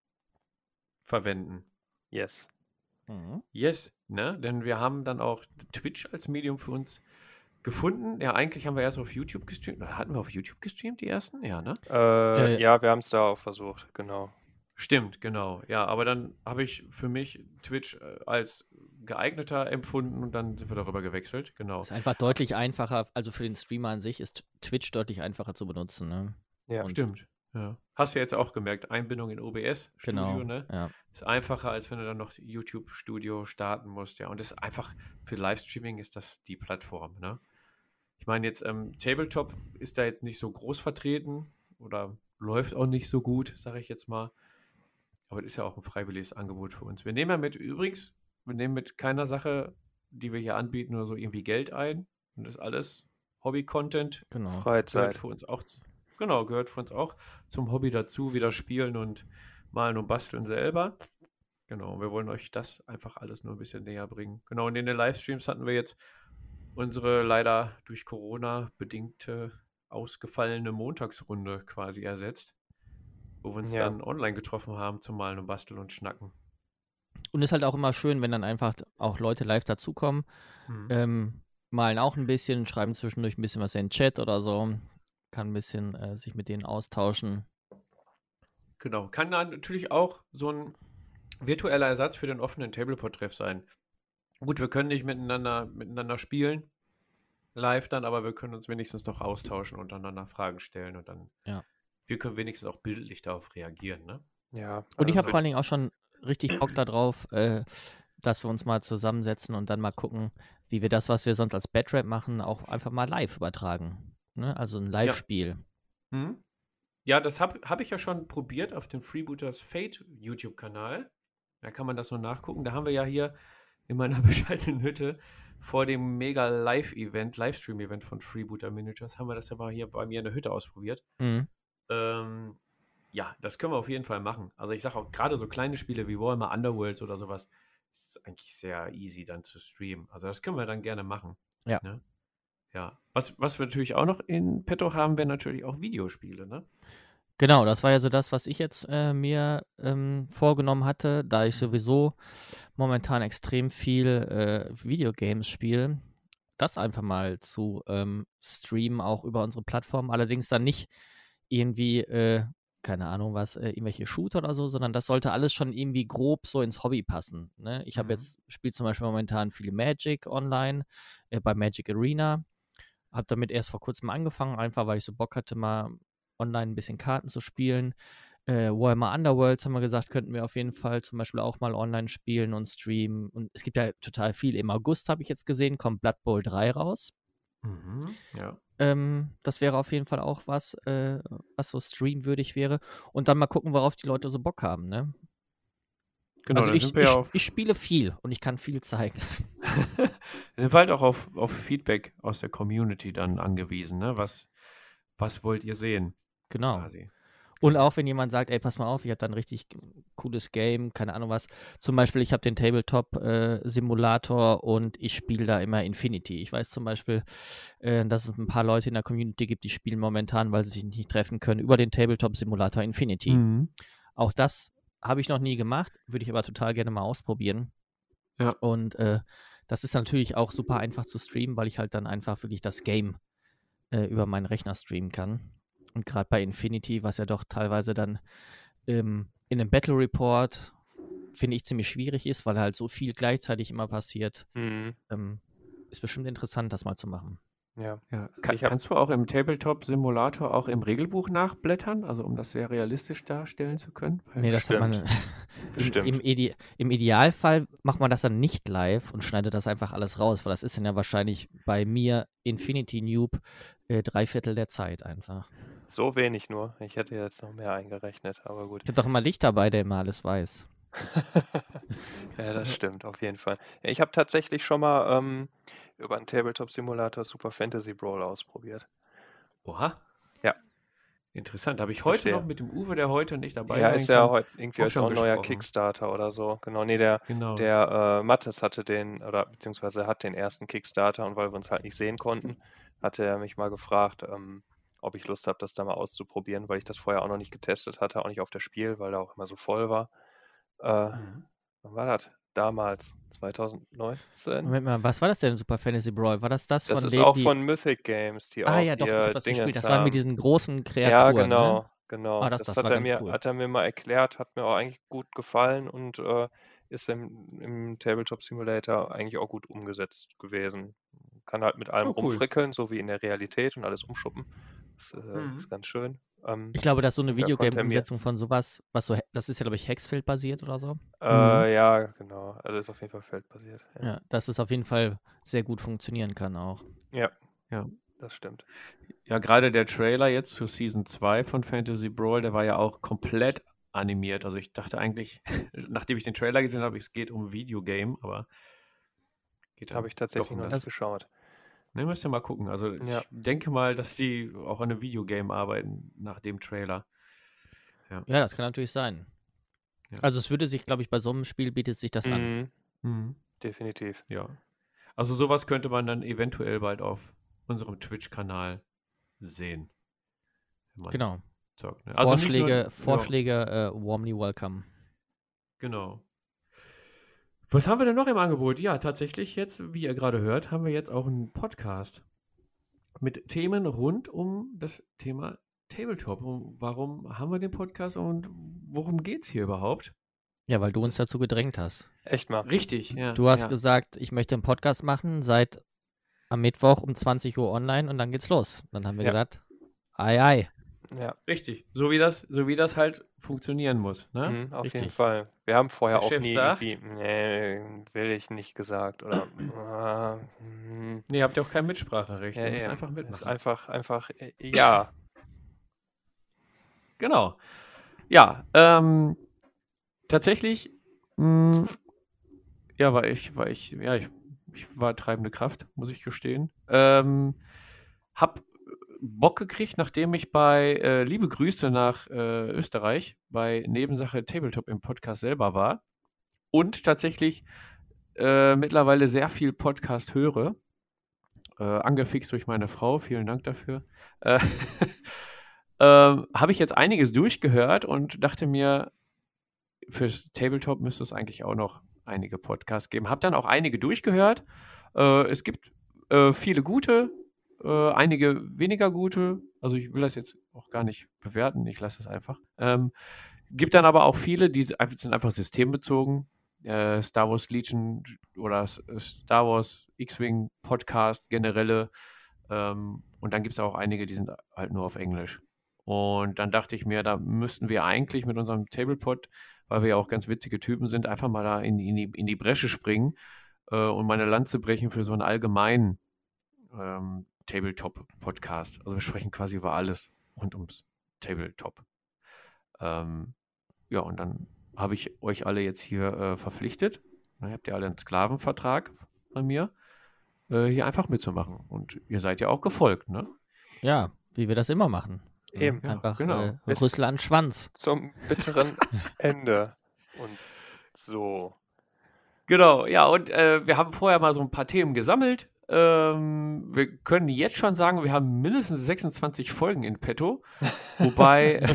verwenden. Yes. mhm. Yes, ne? Denn wir haben dann auch Twitch als Medium für uns gefunden. Ja, eigentlich haben wir erst auf YouTube gestreamt. Oder hatten wir auf YouTube gestreamt, die ersten? Ja, ne? Äh, Äh, ja, wir haben es da auch versucht, genau. Stimmt, genau. Ja, aber dann habe ich für mich Twitch äh, als geeigneter empfunden und dann sind wir darüber gewechselt. Genau. Ist einfach deutlich einfacher, also für den Streamer an sich ist Twitch deutlich einfacher zu benutzen, ne? Ja. Und- Stimmt. Ja. Hast du jetzt auch gemerkt, Einbindung in O B S-Studio, Genau. ne? Ja. Ist einfacher, als wenn du dann noch YouTube-Studio starten musst, ja. Und ist einfach, für Livestreaming ist das die Plattform, ne? Ich meine, jetzt ähm, Tabletop ist da jetzt nicht so groß vertreten oder läuft auch nicht so gut, sage ich jetzt mal. Aber das ist ja auch ein freiwilliges Angebot für uns. Wir nehmen ja mit, übrigens, wir nehmen mit keiner Sache, die wir hier anbieten, nur so irgendwie Geld ein. Und das ist alles Hobby-Content. Genau. Gehört Freizeit. für uns auch, zu- genau, gehört für uns auch zum Hobby dazu, wieder spielen und malen und basteln selber. Genau, wir wollen euch das einfach alles nur ein bisschen näher bringen. Genau, und in den Livestreams hatten wir jetzt unsere leider durch Corona bedingte ausgefallene Montagsrunde quasi ersetzt, wo wir uns Ja. dann online getroffen haben zum Malen und Basteln und Schnacken. Und ist halt auch immer schön, wenn dann einfach auch Leute live dazukommen, Mhm. ähm, malen auch ein bisschen, schreiben zwischendurch ein bisschen was in den Chat oder so, kann ein bisschen äh, sich mit denen austauschen. Genau, kann dann natürlich auch so ein virtueller Ersatz für den offenen Tableport-Treff sein. Gut, wir können nicht miteinander, miteinander spielen, live dann, aber wir können uns wenigstens noch austauschen, untereinander Fragen stellen und dann, Ja. wir können wenigstens auch bildlich darauf reagieren, ne? Ja. Und ich habe also- vor allen Dingen auch schon richtig Bock darauf, äh, dass wir uns mal zusammensetzen und dann mal gucken, wie wir das, was wir sonst als Badrap machen, auch einfach mal live übertragen. Ne? Also ein Live-Spiel. Mhm. Ja, das habe hab ich ja schon probiert auf dem Freebooters Fate YouTube-Kanal. Da kann man das noch nachgucken. Da haben wir ja hier in meiner bescheidenen Hütte vor dem mega Live-Event, Livestream-Event von Freebooter Miniatures, haben wir das ja mal hier bei mir in der Hütte ausprobiert. Mhm. Ähm, ja, das können wir auf jeden Fall machen. Also ich sage auch, gerade so kleine Spiele wie Warhammer Underworld oder sowas, ist eigentlich sehr easy dann zu streamen. Also das können wir dann gerne machen. Ja. Ne? Ja. Was, was wir natürlich auch noch in petto haben, wären natürlich auch Videospiele, ne? Genau, das war ja so das, was ich jetzt äh, mir ähm, vorgenommen hatte, da ich sowieso momentan extrem viel äh, Videogames spiele, das einfach mal zu ähm, streamen, auch über unsere Plattform. Allerdings dann nicht irgendwie, äh, keine Ahnung was, äh, irgendwelche Shooter oder so, sondern das sollte alles schon irgendwie grob so ins Hobby passen. Ne? Ich habe Mhm. jetzt, spiele zum Beispiel momentan viel Magic online, äh, bei Magic Arena. Habe damit erst vor kurzem angefangen, einfach weil ich so Bock hatte, mal online ein bisschen Karten zu spielen. Äh, Warhammer Underworlds haben wir gesagt, könnten wir auf jeden Fall zum Beispiel auch mal online spielen und streamen. Und es gibt ja total viel. Im August habe ich jetzt gesehen, kommt Blood Bowl drei raus. Mhm. Ja. Ähm, das wäre auf jeden Fall auch was, äh, was so streamwürdig wäre. Und dann mal gucken, worauf die Leute so Bock haben, ne? Genau, Also da ich, sind wir ich, ja auf. ich spiele viel und ich kann viel zeigen. Da sind wir halt auch auf, auf Feedback aus der Community dann angewiesen, ne? Was, was wollt ihr sehen? Genau. Quasi. Und Genau. auch wenn jemand sagt, ey, pass mal auf, ich habe da ein richtig g- cooles Game, keine Ahnung was. Zum Beispiel, ich habe den Tabletop-Simulator und ich spiele da immer Infinity. Ich weiß zum Beispiel, äh, dass es ein paar Leute in der Community gibt, die spielen momentan, weil sie sich nicht treffen können, über den Tabletop-Simulator Infinity. Mhm. Auch das habe ich noch nie gemacht, würde ich aber total gerne mal ausprobieren. Ja. Und äh, das ist natürlich auch super einfach zu streamen, weil ich halt dann einfach wirklich das Game äh, über meinen Rechner streamen kann. Und gerade bei Infinity, was ja doch teilweise dann ähm, in einem Battle Report, finde ich, ziemlich schwierig ist, weil halt so viel gleichzeitig immer passiert, Mhm. ähm, ist bestimmt interessant, das mal zu machen. Ja. Ja. Ka Ich hab- kannst du auch im Tabletop-Simulator auch im Regelbuch nachblättern, also um das sehr realistisch darstellen zu können? Weil Nee, das hat man im, Bestimmt. im, Ide im Idealfall macht man das dann nicht live und schneidet das einfach alles raus, weil das ist dann ja wahrscheinlich bei mir Infinity Noob äh, drei Viertel der Zeit einfach. So wenig nur. Ich hätte jetzt noch mehr eingerechnet, aber gut. Ich habe doch immer Licht dabei, der immer alles weiß. Ja, das stimmt, auf jeden Fall. Ja, ich habe tatsächlich schon mal ähm, über einen Tabletop-Simulator Super Fantasy Brawl ausprobiert. Oha. Ja. Interessant. Habe ich heute Verstehe. noch mit dem Uwe, der heute nicht dabei Ja, sein ist ja kann, heute irgendwie auch jetzt schon auch ein neuer besprochen. Kickstarter oder so. Genau, nee, der, Genau. der äh, Mattes hatte den, oder beziehungsweise hat den ersten Kickstarter und weil wir uns halt nicht sehen konnten, hatte er mich mal gefragt, ähm, ob ich Lust habe, das da mal auszuprobieren, weil ich das vorher auch noch nicht getestet hatte, auch nicht auf das Spiel, weil da auch immer so voll war. Äh, Mhm. Wann war das? Damals, zwanzig neunzehn? Moment mal, was war das denn, Super Fantasy Brawl? War das das Das von ist denen, auch die... von Mythic Games, die Ah auch ja, doch, ich habe ihr das gespielt. Dingens Das waren mit haben. diesen großen Ja, Kreaturen, genau, ne? genau. Ah, das, Das das hat war er ganz mir, cool. hat er mir mal erklärt, hat mir auch eigentlich gut gefallen und äh, ist im, im Tabletop Simulator eigentlich auch gut umgesetzt gewesen. Kann halt mit allem Oh, cool. rumfrickeln, so wie in der Realität und alles umschuppen. Das äh, Mhm. ist ganz schön. Ähm, Ich glaube, dass so eine da konnte er mir, Videogame-Umsetzung von sowas, was so, das ist ja, glaube ich, Hexfeld basiert oder so. äh, ja, genau. Also ist auf jeden Fall feldbasiert. Ja, Ja, dass es auf jeden Fall sehr gut funktionieren kann auch. ja, Ja. das stimmt. Ja, gerade der Trailer jetzt zu Season zwei von Fantasy Brawl, der war ja auch komplett animiert. Also ich dachte eigentlich, nachdem ich den Trailer gesehen habe, es geht um Videogame, aber geht dann Habe ich doch tatsächlich um noch das. nicht geschaut. Ne, müsst ihr mal gucken. Also Ja. ich denke mal, dass die auch an einem Videogame arbeiten nach dem Trailer. Ja, das kann natürlich sein. Ja. Also es würde sich, glaube ich, bei so einem Spiel bietet sich das an. Mhm, Mhm. definitiv. Ja. Also sowas könnte man dann eventuell bald auf unserem Twitch-Kanal sehen. wenn man Genau. zockt, ne? Also nicht Vorschläge, nur, ja, Vorschläge äh, warmly welcome. genau. Was haben wir denn noch im Angebot? Ja, tatsächlich jetzt, wie ihr gerade hört, haben wir jetzt auch einen Podcast mit Themen rund um das Thema Tabletop. Und warum haben wir den Podcast und worum geht es hier überhaupt? Ja, weil du uns dazu gedrängt hast. Echt mal. Richtig, ja. Du hast ja. gesagt, ich möchte einen Podcast machen, seit am Mittwoch um zwanzig Uhr online und dann geht's los. Dann haben wir Ja. gesagt, ei, ei. Ja, Richtig, so wie das, so wie das halt funktionieren muss. Ne? mhm, auf jeden Richtig. Fall. Wir haben vorher Der auch Chef nie sagt. irgendwie, nee, will ich nicht gesagt oder ah, hm, Nee, habt ihr auch kein Mitspracherecht. ja, ihr müsst ja. einfach Ist mitmachen. einfach, einfach, äh, ja. Genau. Ja, ähm, tatsächlich, mh, ja, war ich, war ich, ja, ich, ich war treibende Kraft, muss ich gestehen. Ähm, hab Bock gekriegt, nachdem ich bei äh, Liebe Grüße nach äh, Österreich bei Nebensache Tabletop im Podcast selber war und tatsächlich äh, mittlerweile sehr viel Podcast höre. Äh, angefixt durch meine Frau, vielen Dank dafür. Äh, ähm, habe ich jetzt einiges durchgehört und dachte mir, fürs Tabletop müsste es eigentlich auch noch einige Podcasts geben. Habe dann auch einige durchgehört. Äh, es gibt äh, viele gute, äh, einige weniger gute. Also ich will das jetzt auch gar nicht bewerten, ich lasse es einfach. Ähm, gibt dann aber auch viele, die sind einfach systembezogen. Äh, Star Wars Legion oder S- Star Wars X-Wing Podcast generelle. Ähm, und dann gibt es auch einige, die sind halt nur auf Englisch. Und dann dachte ich mir, da müssten wir eigentlich mit unserem Tablepod, weil wir ja auch ganz witzige Typen sind, einfach mal da in, in, die, in die Bresche springen äh, und meine Lanze brechen für so einen allgemeinen ähm, Tabletop-Podcast. Also wir sprechen quasi über alles rund ums Tabletop. Ähm, ja, und dann habe ich euch alle jetzt hier äh, verpflichtet. Dann habt ihr alle einen Sklavenvertrag bei mir, äh, hier einfach mitzumachen. Und ihr seid ja auch gefolgt, ne? Ja, wie wir das immer machen. Eben. Ja, Einfach genau. äh, Bis- Rüssel an den Schwanz. Zum bitteren Ende. Und so. Genau, ja, und äh, wir haben vorher mal so ein paar Themen gesammelt. Ähm, wir können jetzt schon sagen, wir haben mindestens sechsundzwanzig Folgen in petto. Wobei,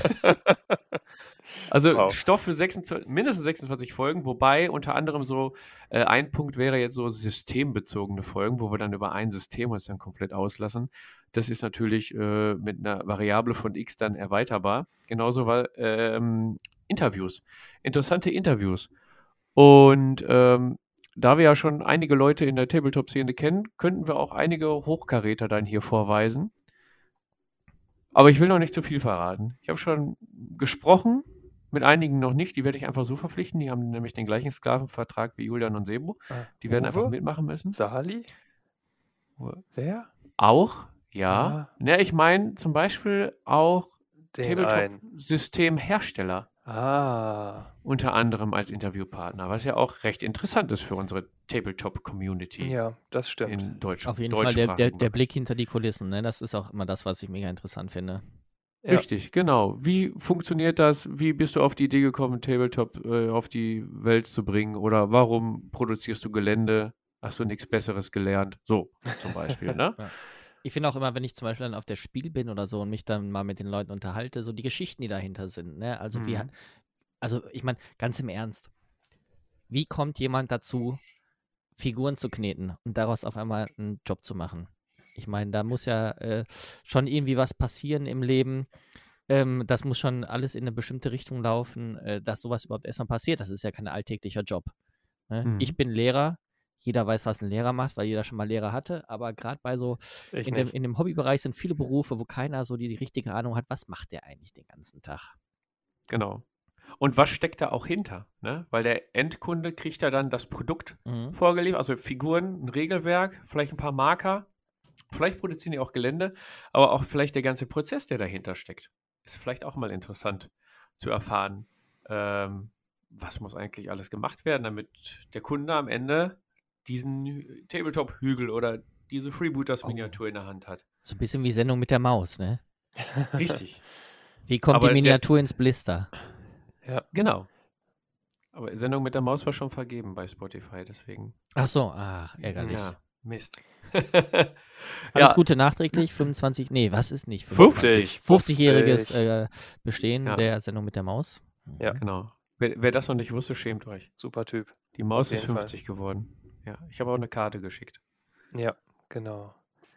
also Wow. Stoff für sechsundzwanzig, mindestens sechsundzwanzig Folgen, wobei unter anderem so äh, ein Punkt wäre jetzt so systembezogene Folgen, wo wir dann über ein System uns dann komplett auslassen. Das ist natürlich äh, mit einer Variable von x dann erweiterbar. Genauso weil ähm, Interviews, interessante Interviews. Und ähm, da wir ja schon einige Leute in der Tabletop-Szene kennen, könnten wir auch einige Hochkaräter dann hier vorweisen. Aber ich will noch nicht zu viel verraten. Ich habe schon gesprochen, mit einigen noch nicht. Die werde ich einfach so verpflichten. Die haben nämlich den gleichen Sklavenvertrag wie Julian und Sebo. Ah, Die werden Uwe? einfach mitmachen müssen. Sali? Wer? Auch, ja. Ah. Ne, ich meine zum Beispiel auch Den einen. Tabletop-Systemhersteller. Ah. Unter anderem als Interviewpartner, was ja auch recht interessant ist für unsere Tabletop-Community Ja, das stimmt. in Deutsch, Auf jeden Fall der, der, deutschsprachigen der Bereich. Blick hinter die Kulissen. Ne? Das ist auch immer das, was ich mega interessant finde. Ja. Richtig, genau. Wie funktioniert das? Wie bist du auf die Idee gekommen, Tabletop äh, auf die Welt zu bringen? Oder warum produzierst du Gelände? Hast du nichts Besseres gelernt? So zum Beispiel, ne? Ja. Ich finde auch immer, wenn ich zum Beispiel dann auf der Spiel bin oder so und mich dann mal mit den Leuten unterhalte, so die Geschichten, die dahinter sind. Ne? Also, wie, Mhm. also ich meine, ganz im Ernst, wie kommt jemand dazu, Figuren zu kneten und daraus auf einmal einen Job zu machen? Ich meine, da muss ja äh, schon irgendwie was passieren im Leben. Ähm, das muss schon alles in eine bestimmte Richtung laufen, äh, dass sowas überhaupt erstmal passiert. Das ist ja kein alltäglicher Job. Ne? Mhm. Ich bin Lehrer. Jeder weiß, was ein Lehrer macht, weil jeder schon mal Lehrer hatte. Aber gerade bei so, Ich in dem, nicht. in dem Hobbybereich sind viele Berufe, wo keiner so die, die richtige Ahnung hat, was macht der eigentlich den ganzen Tag. Genau. Und was steckt da auch hinter? Ne? Weil der Endkunde kriegt ja dann das Produkt Mhm. vorgeliefert, also Figuren, ein Regelwerk, vielleicht ein paar Marker. Vielleicht produzieren die auch Gelände, aber auch vielleicht der ganze Prozess, der dahinter steckt. Ist vielleicht auch mal interessant zu erfahren, ähm, was muss eigentlich alles gemacht werden, damit der Kunde am Ende diesen Tabletop-Hügel oder diese Freebooters-Miniatur in der Hand hat. So ein bisschen wie Sendung mit der Maus, ne? Richtig, Wie kommt Aber die der- Miniatur ins Blister? Ja. genau. Aber Sendung mit der Maus war schon vergeben bei Spotify, deswegen. Ach so, ach, ärgerlich. Ja, Mist. Alles Ja, Gute nachträglich, fünfundzwanzig, nee, was ist nicht? fünfzig. fünfzigjähriges äh, Bestehen Ja. der Sendung mit der Maus. Ja. Genau. Wer, wer das noch nicht wusste, schämt euch. Super Typ. Die Maus Auf ist jeden Fall. fünfzig geworden. Ja, ich habe auch eine Karte geschickt Ja, genau.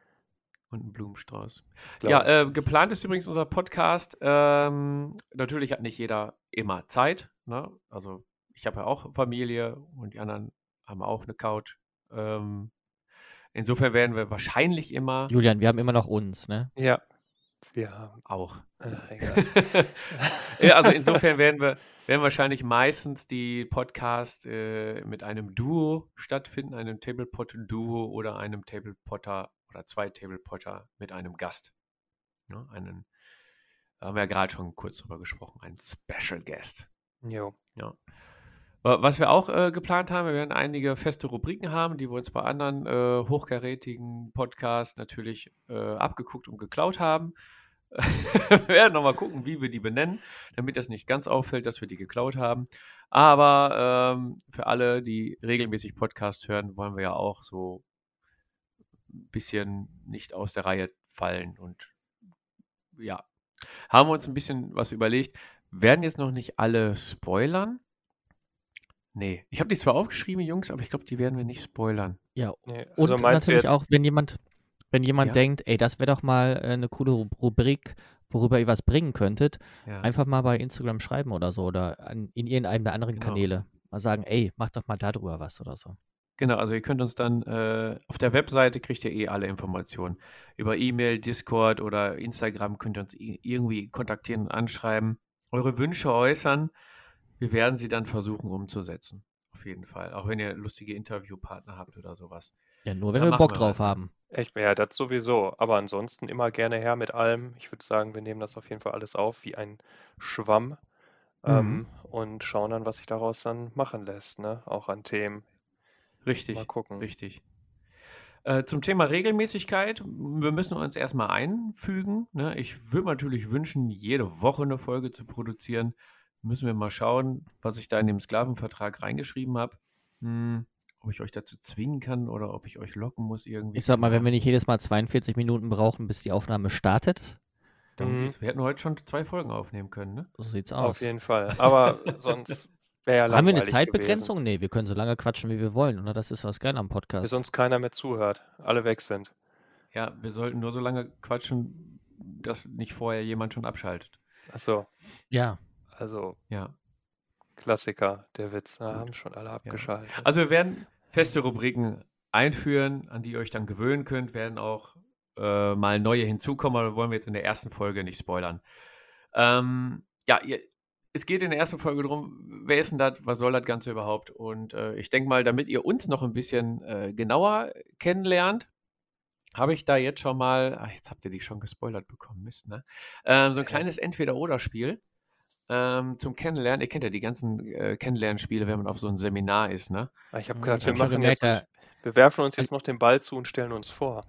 und einen Blumenstrauß. Glaub Ja, ich. äh, geplant ist übrigens unser Podcast. Ähm, natürlich hat nicht jeder immer Zeit. Ne? Also ich habe ja auch Familie und die anderen haben auch eine Couch. Ähm, insofern werden wir wahrscheinlich immer Julian, wir haben immer noch uns, ne? Ja. Wir haben. auch. Ach, egal. Ja, also insofern werden wir werden wahrscheinlich meistens die Podcast äh, mit einem Duo stattfinden, einem Tablepot-Duo oder einem Tablepotter oder zwei Tablepotter mit einem Gast. Ne? Einen, da haben wir ja gerade schon kurz drüber gesprochen, ein Special Guest. Jo. Ja. Wa- Was wir auch äh, geplant haben, wir werden einige feste Rubriken haben, die wir uns bei anderen äh, hochkarätigen Podcasts natürlich äh, abgeguckt und geklaut haben. Wir werden nochmal gucken, wie wir die benennen, damit das nicht ganz auffällt, dass wir die geklaut haben. Aber ähm, für alle, die regelmäßig Podcast hören, wollen wir ja auch so ein bisschen nicht aus der Reihe fallen und ja, haben wir uns ein bisschen was überlegt. Werden jetzt noch nicht alle spoilern? Nee, ich habe die zwar aufgeschrieben, Jungs, aber ich glaube, die werden wir nicht spoilern. Ja, Nee, also und meinst du natürlich jetzt, auch, wenn jemand, wenn jemand Ja? denkt, ey, das wäre doch mal äh, eine coole Ru- Rubrik, worüber ihr was bringen könntet, Ja, einfach mal bei Instagram schreiben oder so oder an, in irgendeinem der anderen genau. Kanäle. Mal sagen, ey, mach doch mal darüber was oder so. Genau, also ihr könnt uns dann äh, auf der Webseite kriegt ihr eh alle Informationen. Über E-Mail, Discord oder Instagram könnt ihr uns i- irgendwie kontaktieren und anschreiben, eure Wünsche äußern. Wir werden sie dann versuchen umzusetzen. Auf jeden Fall. Auch wenn ihr lustige Interviewpartner habt oder sowas. Ja, nur wenn Dann wir Bock machen wir drauf das, ne? haben. echt, ja, das sowieso. Aber ansonsten immer gerne her mit allem. Ich würde sagen, wir nehmen das auf jeden Fall alles auf wie ein Schwamm Mhm. ähm, und schauen dann, was sich daraus dann machen lässt, ne? Auch an Themen. Mal Richtig, gucken. richtig. Äh, zum Thema Regelmäßigkeit, wir müssen uns erstmal einfügen. Ne? Ich würde mir natürlich wünschen, jede Woche eine Folge zu produzieren. Müssen wir mal schauen, was ich da in dem Sklavenvertrag reingeschrieben habe. Hm, ob ich euch dazu zwingen kann oder ob ich euch locken muss irgendwie. Ich sag mal, keine wenn wir Ahnung. nicht jedes Mal zweiundvierzig Minuten brauchen, bis die Aufnahme startet, Darum Mhm. geht's. Wir hätten heute schon zwei Folgen aufnehmen können, ne? so sieht's Auf aus. jeden Fall. Aber sonst wäre ja Haben wir eine langweilig gewesen, Zeitbegrenzung? Nee, wir können so lange quatschen, wie wir wollen. Oder das ist was geil am bis Podcast. uns keiner mehr zuhört, alle weg sind. Ja, wir sollten nur so lange quatschen, dass nicht vorher jemand schon abschaltet. Achso, Ja, also Ja. Klassiker, der Witz. Da Gut. haben schon alle Ja. abgeschaltet. Also wir werden feste Rubriken einführen, an die ihr euch dann gewöhnen könnt, werden auch äh, mal neue hinzukommen, aber wollen wir jetzt in der ersten Folge nicht spoilern. Ähm, ja, ihr, es geht in der ersten Folge darum, wer ist denn das, was soll das Ganze überhaupt? Und äh, ich denke mal, damit ihr uns noch ein bisschen äh, genauer kennenlernt, habe ich da jetzt schon mal, ach, jetzt habt ihr die schon gespoilert bekommen, Mist, ne? Ähm, so ein Ja. kleines Entweder-Oder-Spiel ähm, zum Kennenlernen. Ihr kennt ja die ganzen äh, Kennenlernspiele, wenn man auf so einem Seminar ist, ne? Ah, Ich habe Hm, gedacht, ich wir hab schon machen gemerkt, jetzt, da, wir werfen uns jetzt noch den Ball zu und stellen uns vor.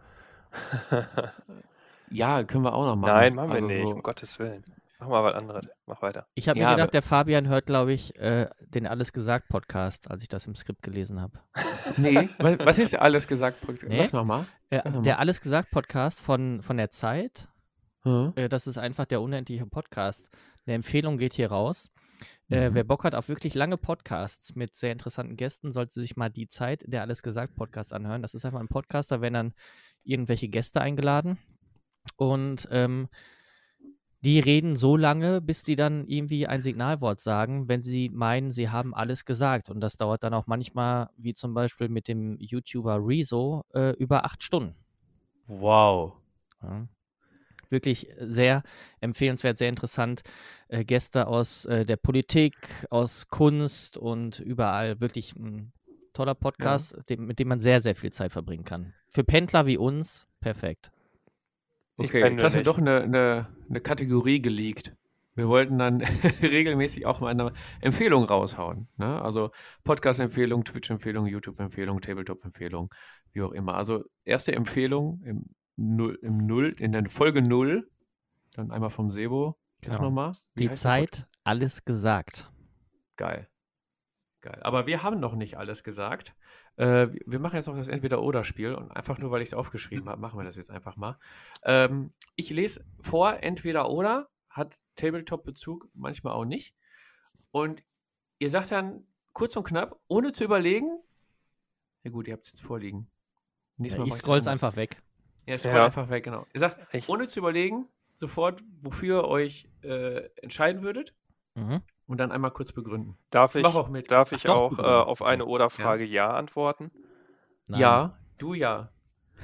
Ja, können wir auch noch machen. Nein, machen wir Also nicht, so, um Gottes Willen. Mach mal was anderes. Mach weiter. ich habe mir ja, gedacht, aber, der Fabian hört, glaube ich, äh, den Alles gesagt Podcast, als ich das im Skript gelesen habe. nee, wa- was ist alles gesagt? Nee? Sag nochmal. Äh, Sag noch der mal. Alles gesagt Podcast von, von der Zeit, Hm? äh, das ist einfach der unendliche Podcast. Eine Empfehlung geht hier raus. Äh, Mhm. wer Bock hat auf wirklich lange Podcasts mit sehr interessanten Gästen, sollte sich mal die Zeit der Alles gesagt Podcast anhören. Das ist einfach ein Podcast, da werden dann irgendwelche Gäste eingeladen und ähm, die reden so lange, bis die dann irgendwie ein Signalwort sagen, wenn sie meinen, sie haben alles gesagt. Und das dauert dann auch manchmal, wie zum Beispiel mit dem YouTuber Rezo, äh, über acht Stunden. Wow. Ja. Wirklich sehr empfehlenswert, sehr interessant. Äh, Gäste aus äh, der Politik, aus Kunst und überall. Wirklich ein toller Podcast, dem, mit dem man sehr, sehr viel Zeit verbringen kann. Für Pendler wie uns, perfekt. Ich Okay, jetzt pendel hast du nicht. doch eine, eine, eine Kategorie geleakt. Wir wollten dann regelmäßig auch mal eine Empfehlung raushauen. Ne? Also Podcast-Empfehlung, Twitch-Empfehlung, YouTube-Empfehlung, Tabletop-Empfehlung, wie auch immer. Also erste Empfehlung im Null, im Null, in der Folge null. Dann einmal vom Sebo. Sag Genau. nochmal. Wie Die heißt der Podcast? Zeit, alles gesagt. Geil. Geil. Aber wir haben noch nicht alles gesagt. Äh, wir machen jetzt noch das Entweder-Oder-Spiel und einfach nur, weil ich es aufgeschrieben habe, machen wir das jetzt einfach mal. Ähm, ich lese vor, Entweder-Oder, hat Tabletop-Bezug, manchmal auch nicht. Und ihr sagt dann kurz und knapp, ohne zu überlegen, ja gut, ihr habt es jetzt vorliegen. Nächstes Ja, Mal ich mach ich's scroll's anders. einfach weg. Ja, scroll Ja. einfach weg, genau. Ihr sagt, Ich, ohne zu überlegen, sofort, wofür ihr euch äh, entscheiden würdet Mhm. und dann einmal kurz begründen. darf Ich ich, mach auch mit. darf ich Ach doch, auch äh, begründen. auf eine Oder-Frage ja. antworten? Nein. Ja, du ja.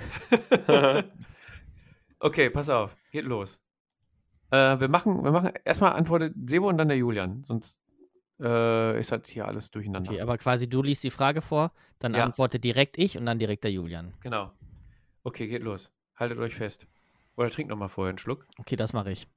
Okay, pass auf, geht los. Äh, wir machen, wir machen erstmal antwortet Sebo und dann der Julian, sonst äh, ist das hier alles durcheinander. Okay, aber quasi du liest die Frage vor, dann Ja. antworte direkt ich und dann direkt der Julian. Genau. Okay, geht los. Haltet euch fest. Oder trinkt noch mal vorher einen Schluck. Okay, das mache ich.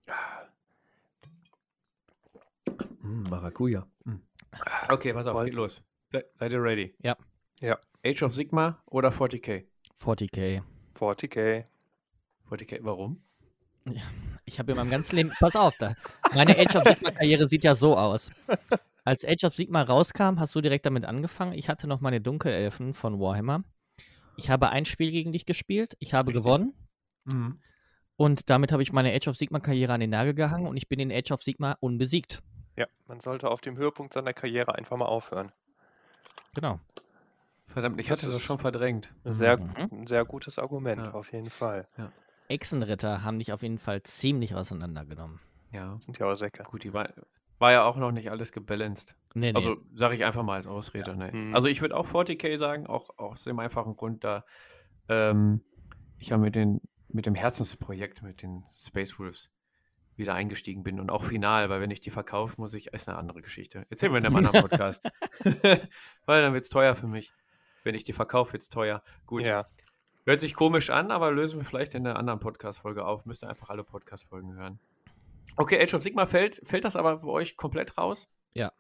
Mm, Maracuja. Mm. Okay, pass auf, Voll. geht los. Se seid ihr ready? Ja. Ja. Age of Sigma oder forty K? vierzig K. vierzig K. forty K, warum? Ich habe in meinem ganzen Leben, pass auf, da. Meine Age of Sigma Karriere sieht ja so aus. Als Age of Sigma rauskam, hast du direkt damit angefangen. Ich hatte noch meine Dunkelelfen von Warhammer. Ich habe ein Spiel gegen dich gespielt. Ich habe Richtig. gewonnen. Mhm. Und damit habe ich meine Age of Sigmar-Karriere an den Nagel gehangen und ich bin in Age of Sigmar unbesiegt. Ja, man sollte auf dem Höhepunkt seiner Karriere einfach mal aufhören. Genau. Verdammt, ich Das hatte das ist schon verdrängt. Ein sehr, Mhm. ein sehr gutes Argument, Ja. auf jeden Fall. Echsenritter haben dich auf jeden Fall ziemlich auseinandergenommen. Ja, Sind ja auch Säcke. gut, die war, war ja auch noch nicht alles gebalanced. Nee, nee. Also sage ich einfach mal als Ausrede. Ne? Mhm. Also ich würde auch vierzig K sagen, auch aus dem einfachen Grund, da ähm, ich ja mit, den, mit dem Herzensprojekt, mit den Space Wolves wieder eingestiegen bin und auch final, weil wenn ich die verkaufe, muss ich, ist eine andere Geschichte. Erzählen wir in einem anderen Podcast. Weil dann wird es teuer für mich. Wenn ich die verkaufe, wird es teuer. Gut, Ja, hört sich komisch an, aber lösen wir vielleicht in einer anderen Podcast-Folge auf. Müsst ihr einfach alle Podcast-Folgen hören. Okay, Age of Sigmar fällt, fällt das aber bei euch komplett raus? ja.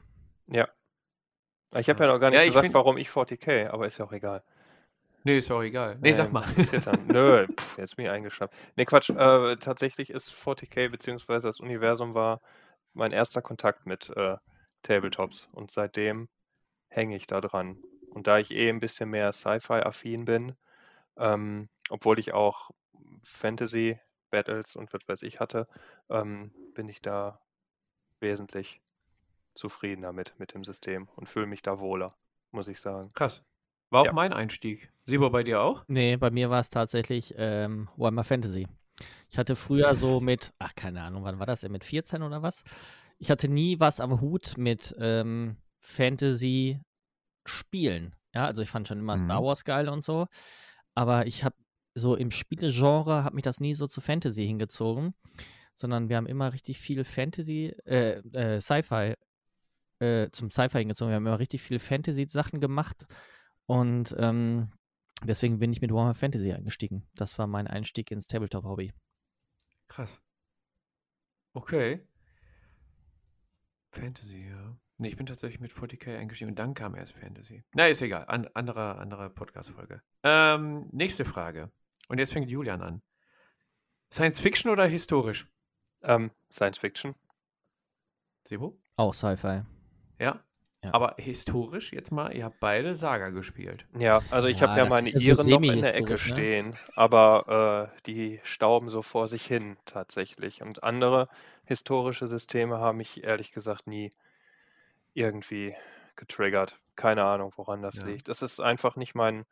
Ich habe ja noch gar nicht Ja, ich gesagt, find- warum ich vierzig K, aber ist ja auch egal. Nee, ist auch egal. Nee, sag mal. interessiert dann. Nö, pff, jetzt bin ich eingeschnappt. Nee, Quatsch. Äh, tatsächlich ist vierzig K beziehungsweise das Universum war mein erster Kontakt mit äh, Tabletops und seitdem hänge ich da dran. Und da ich eh ein bisschen mehr Sci-Fi-affin bin, ähm, obwohl ich auch Fantasy, Battles und was weiß ich hatte, ähm, bin ich da wesentlich zufriedener mit, mit dem System und fühle mich da wohler, muss ich sagen. Krass. War auch Ja. mein Einstieg. Sibo, bei dir auch? Nee, bei mir war es tatsächlich ähm, Warhammer Fantasy. Ich hatte früher so mit, ach, keine Ahnung, wann war das denn, mit vierzehn oder was? Ich hatte nie was am Hut mit ähm, Fantasy-Spielen. Ja, also ich fand schon immer Mhm. Star Wars geil und so. Aber ich habe so im Spielegenre, hat mich das nie so zu Fantasy hingezogen, sondern wir haben immer richtig viel Fantasy, äh, äh, Sci-Fi, äh, zum Sci-Fi hingezogen. Wir haben immer richtig viel Fantasy-Sachen gemacht und ähm, deswegen bin ich mit Warhammer Fantasy eingestiegen. Das war mein Einstieg ins Tabletop-Hobby. Krass. Okay. Fantasy, ja. Nee, ich bin tatsächlich mit vierzig K eingestiegen und dann kam erst Fantasy. Na, ist egal. An, andere andere Podcast-Folge. Ähm, nächste Frage. Und jetzt fängt Julian an. Science Fiction oder historisch? Ähm, Science Fiction. Sibo? Auch Sci-Fi. Ja? Ja. Aber historisch jetzt mal, ihr habt beide Saga gespielt. Ja, also ich Ja, habe ja das meine ist ja so Iren noch in der Ecke semi-historisch, ne? stehen, aber äh, die stauben so vor sich hin tatsächlich. Und andere historische Systeme haben mich ehrlich gesagt nie irgendwie getriggert. Keine Ahnung, woran das Ja. liegt. Es ist einfach nicht mein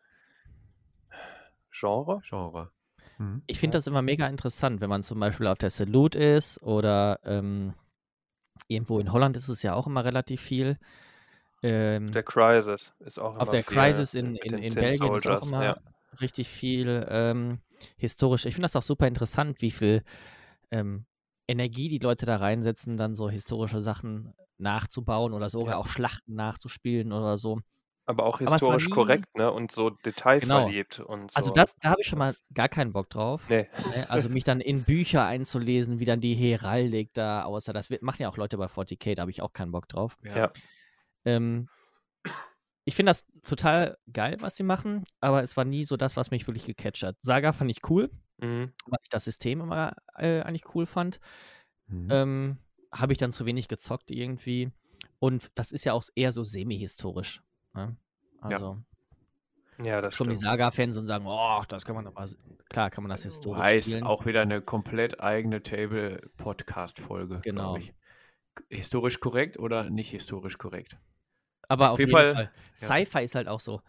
Genre. Genre. Mhm. Ich finde das immer mega interessant, wenn man zum Beispiel auf der Salute ist oder ähm, irgendwo in Holland ist es ja auch immer relativ viel. Ähm, Der Crisis ist auch immer auf der viel Crisis in, mit in, den in Tin Belgien ist auch Soldiers. immer Ja. richtig viel ähm, historisch. Ich finde das auch super interessant, wie viel ähm, Energie die Leute da reinsetzen, dann so historische Sachen nachzubauen oder sogar Ja. auch Schlachten nachzuspielen oder so. Aber auch Aber es war historisch nie- korrekt, ne? Und so detailverliebt und so. Also das, da habe ich schon mal Das- gar keinen Bock drauf. Nee. Ne? Also mich dann in Bücher einzulesen, wie dann die Heraldik da aussah. Das wird, machen ja auch Leute bei vierzig K, da habe ich auch keinen Bock drauf. Ja. Ähm, ich finde das total geil, was sie machen, aber es war nie so das, was mich wirklich gecatcht hat. Saga fand ich cool, Mhm. weil ich das System immer äh, eigentlich cool fand. Mhm. Ähm, habe ich dann zu wenig gezockt irgendwie. Und das ist ja auch eher so semi-historisch. Ne? Also, Ja, das jetzt kommen die stimmt. Saga-Fans und sagen, oh, das kann man aber, klar kann man das historisch Weiß, spielen. auch wieder eine komplett eigene Table-Podcast-Folge, Genau. glaube ich. Historisch korrekt oder nicht historisch korrekt? Aber auf, auf jeden jeden Fall, Fall, Sci-Fi ist halt auch so.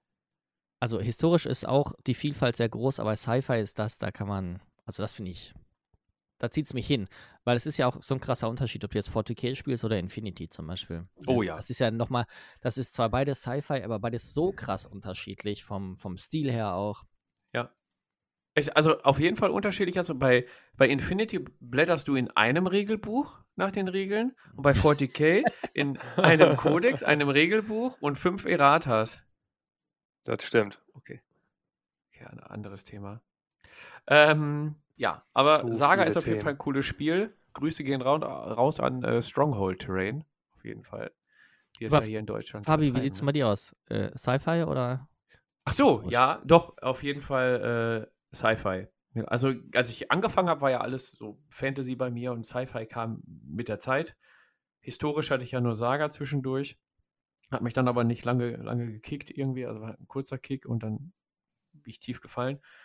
Also historisch ist auch die Vielfalt sehr groß, aber Sci-Fi ist das, da kann man, also das finde ich, da zieht es mich hin. Weil es ist ja auch so ein krasser Unterschied, ob du jetzt vierzig K spielst oder Infinity zum Beispiel. Oh ja. Das ist ja nochmal, das ist zwar beides Sci-Fi, aber beides so krass unterschiedlich, vom, vom Stil her auch. Ja. Ich, also auf jeden Fall unterschiedlich. Also bei, bei Infinity blätterst du in einem Regelbuch nach den Regeln und bei vierzig K in einem Kodex, einem Regelbuch und fünf Erratas. Das stimmt. Okay. Ja, ein anderes Thema. Ähm, ja, aber Zu Saga viele ist auf jeden Themen. Fall ein cooles Spiel. Grüße gehen raus, raus an äh, Stronghold Terrain. Auf jeden Fall. Die ist Aber ja hier in Deutschland. Fabi, wie vertreiben, sieht es ne? bei dir aus? Äh, Sci-Fi oder? Ach so, Historisch? ja, doch, auf jeden Fall äh, Sci-Fi. Also, als ich angefangen habe, war ja alles so Fantasy bei mir und Sci-Fi kam mit der Zeit. Historisch hatte ich ja nur Saga zwischendurch. Hat mich dann aber nicht lange, lange gekickt irgendwie. Also war ein kurzer Kick und dann bin ich tief gefallen.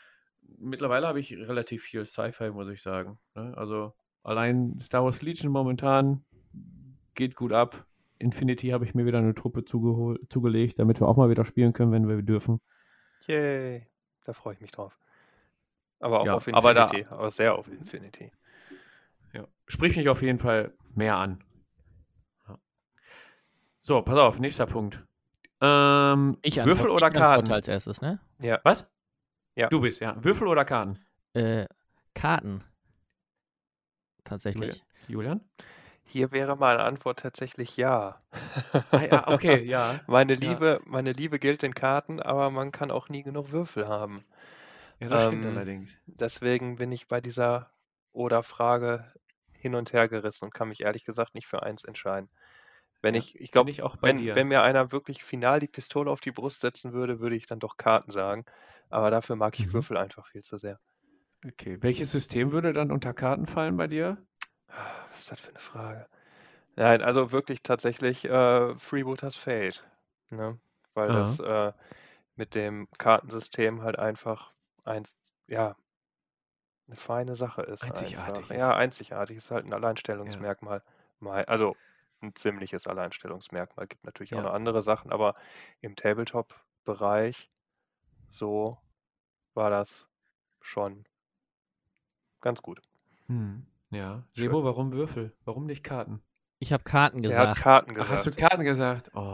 mittlerweile habe ich relativ viel Sci-Fi, muss ich sagen. Ne? Also allein Star Wars Legion momentan geht gut ab. Infinity habe ich mir wieder eine Truppe zugehol- zugelegt, damit wir auch mal wieder spielen können, wenn wir dürfen. Yay, da freue ich mich drauf. Aber auch Ja, auf aber da- Infinity, aber sehr auf Infinity. Ja. Spricht mich auf jeden Fall mehr an. Ja. So, pass auf, nächster Punkt. Ähm, Ich Würfel antworte- oder ich antworte Karten? als erstes, ne? Ja, Was? Ja. Du bist, ja. Würfel oder Karten? Äh, Karten. Tatsächlich. Julian? hier wäre meine Antwort tatsächlich ja. Ah, ja, okay, ja. Meine Ja. Liebe, meine Liebe gilt in Karten, aber man kann auch nie genug Würfel haben. Ja, das stimmt Ähm, allerdings. Deswegen bin ich bei dieser Oder-Frage hin und her gerissen und kann mich ehrlich gesagt nicht für eins entscheiden. Wenn Ja, ich, ich bin glaube, ich auch bei wenn, dir. wenn mir einer wirklich final die Pistole auf die Brust setzen würde, würde ich dann doch Karten sagen. Aber dafür mag ich Mhm. Würfel einfach viel zu sehr. Okay, welches System würde dann unter Karten fallen bei dir? Was ist das für eine Frage? Nein, also wirklich tatsächlich äh, Freebooters Fate. Ne? Weil Aha. das äh, mit dem Kartensystem halt einfach eins, ja, eine feine Sache ist. Einzigartig einfach. ist. Ja, einzigartig ist halt ein Alleinstellungsmerkmal. Mal- Also ein ziemliches Alleinstellungsmerkmal. Gibt natürlich auch Ja. noch andere Sachen, aber im Tabletop-Bereich so war das schon ganz gut. Hm. Ja. Schön. Sebo, warum Würfel? Warum nicht Karten? Ich habe Karten Er hat gesagt. Karten Ach, gesagt. hast du Karten gesagt? Oh.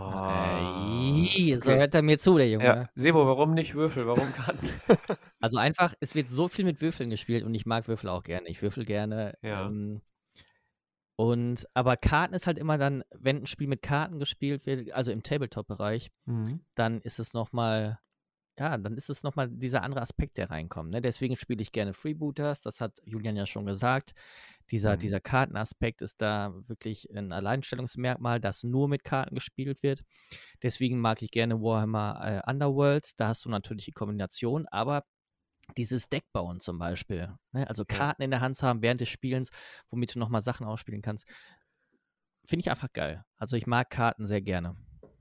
Ey, so Okay. hört er mir zu, der Junge. Ja. Sebo, warum nicht Würfel? Warum Karten? Also einfach, es wird so viel mit Würfeln gespielt und ich mag Würfel auch gerne. Ich würfel gerne. Ja. Ähm, und aber Karten ist halt immer dann, wenn ein Spiel mit Karten gespielt wird, also im Tabletop-Bereich, Mhm. dann ist es nochmal, ja, dann ist es nochmal dieser andere Aspekt, der reinkommt. Ne? Deswegen spiele ich gerne Freebooters, das hat Julian ja schon gesagt. Dieser, Mhm. dieser Kartenaspekt ist da wirklich ein Alleinstellungsmerkmal, das nur mit Karten gespielt wird. Deswegen mag ich gerne Warhammer äh, Underworlds, da hast du natürlich die Kombination, aber dieses Deckbauen zum Beispiel, ne? Also Ja. Karten in der Hand zu haben während des Spielens, womit du nochmal Sachen ausspielen kannst, finde ich einfach geil. Also ich mag Karten sehr gerne.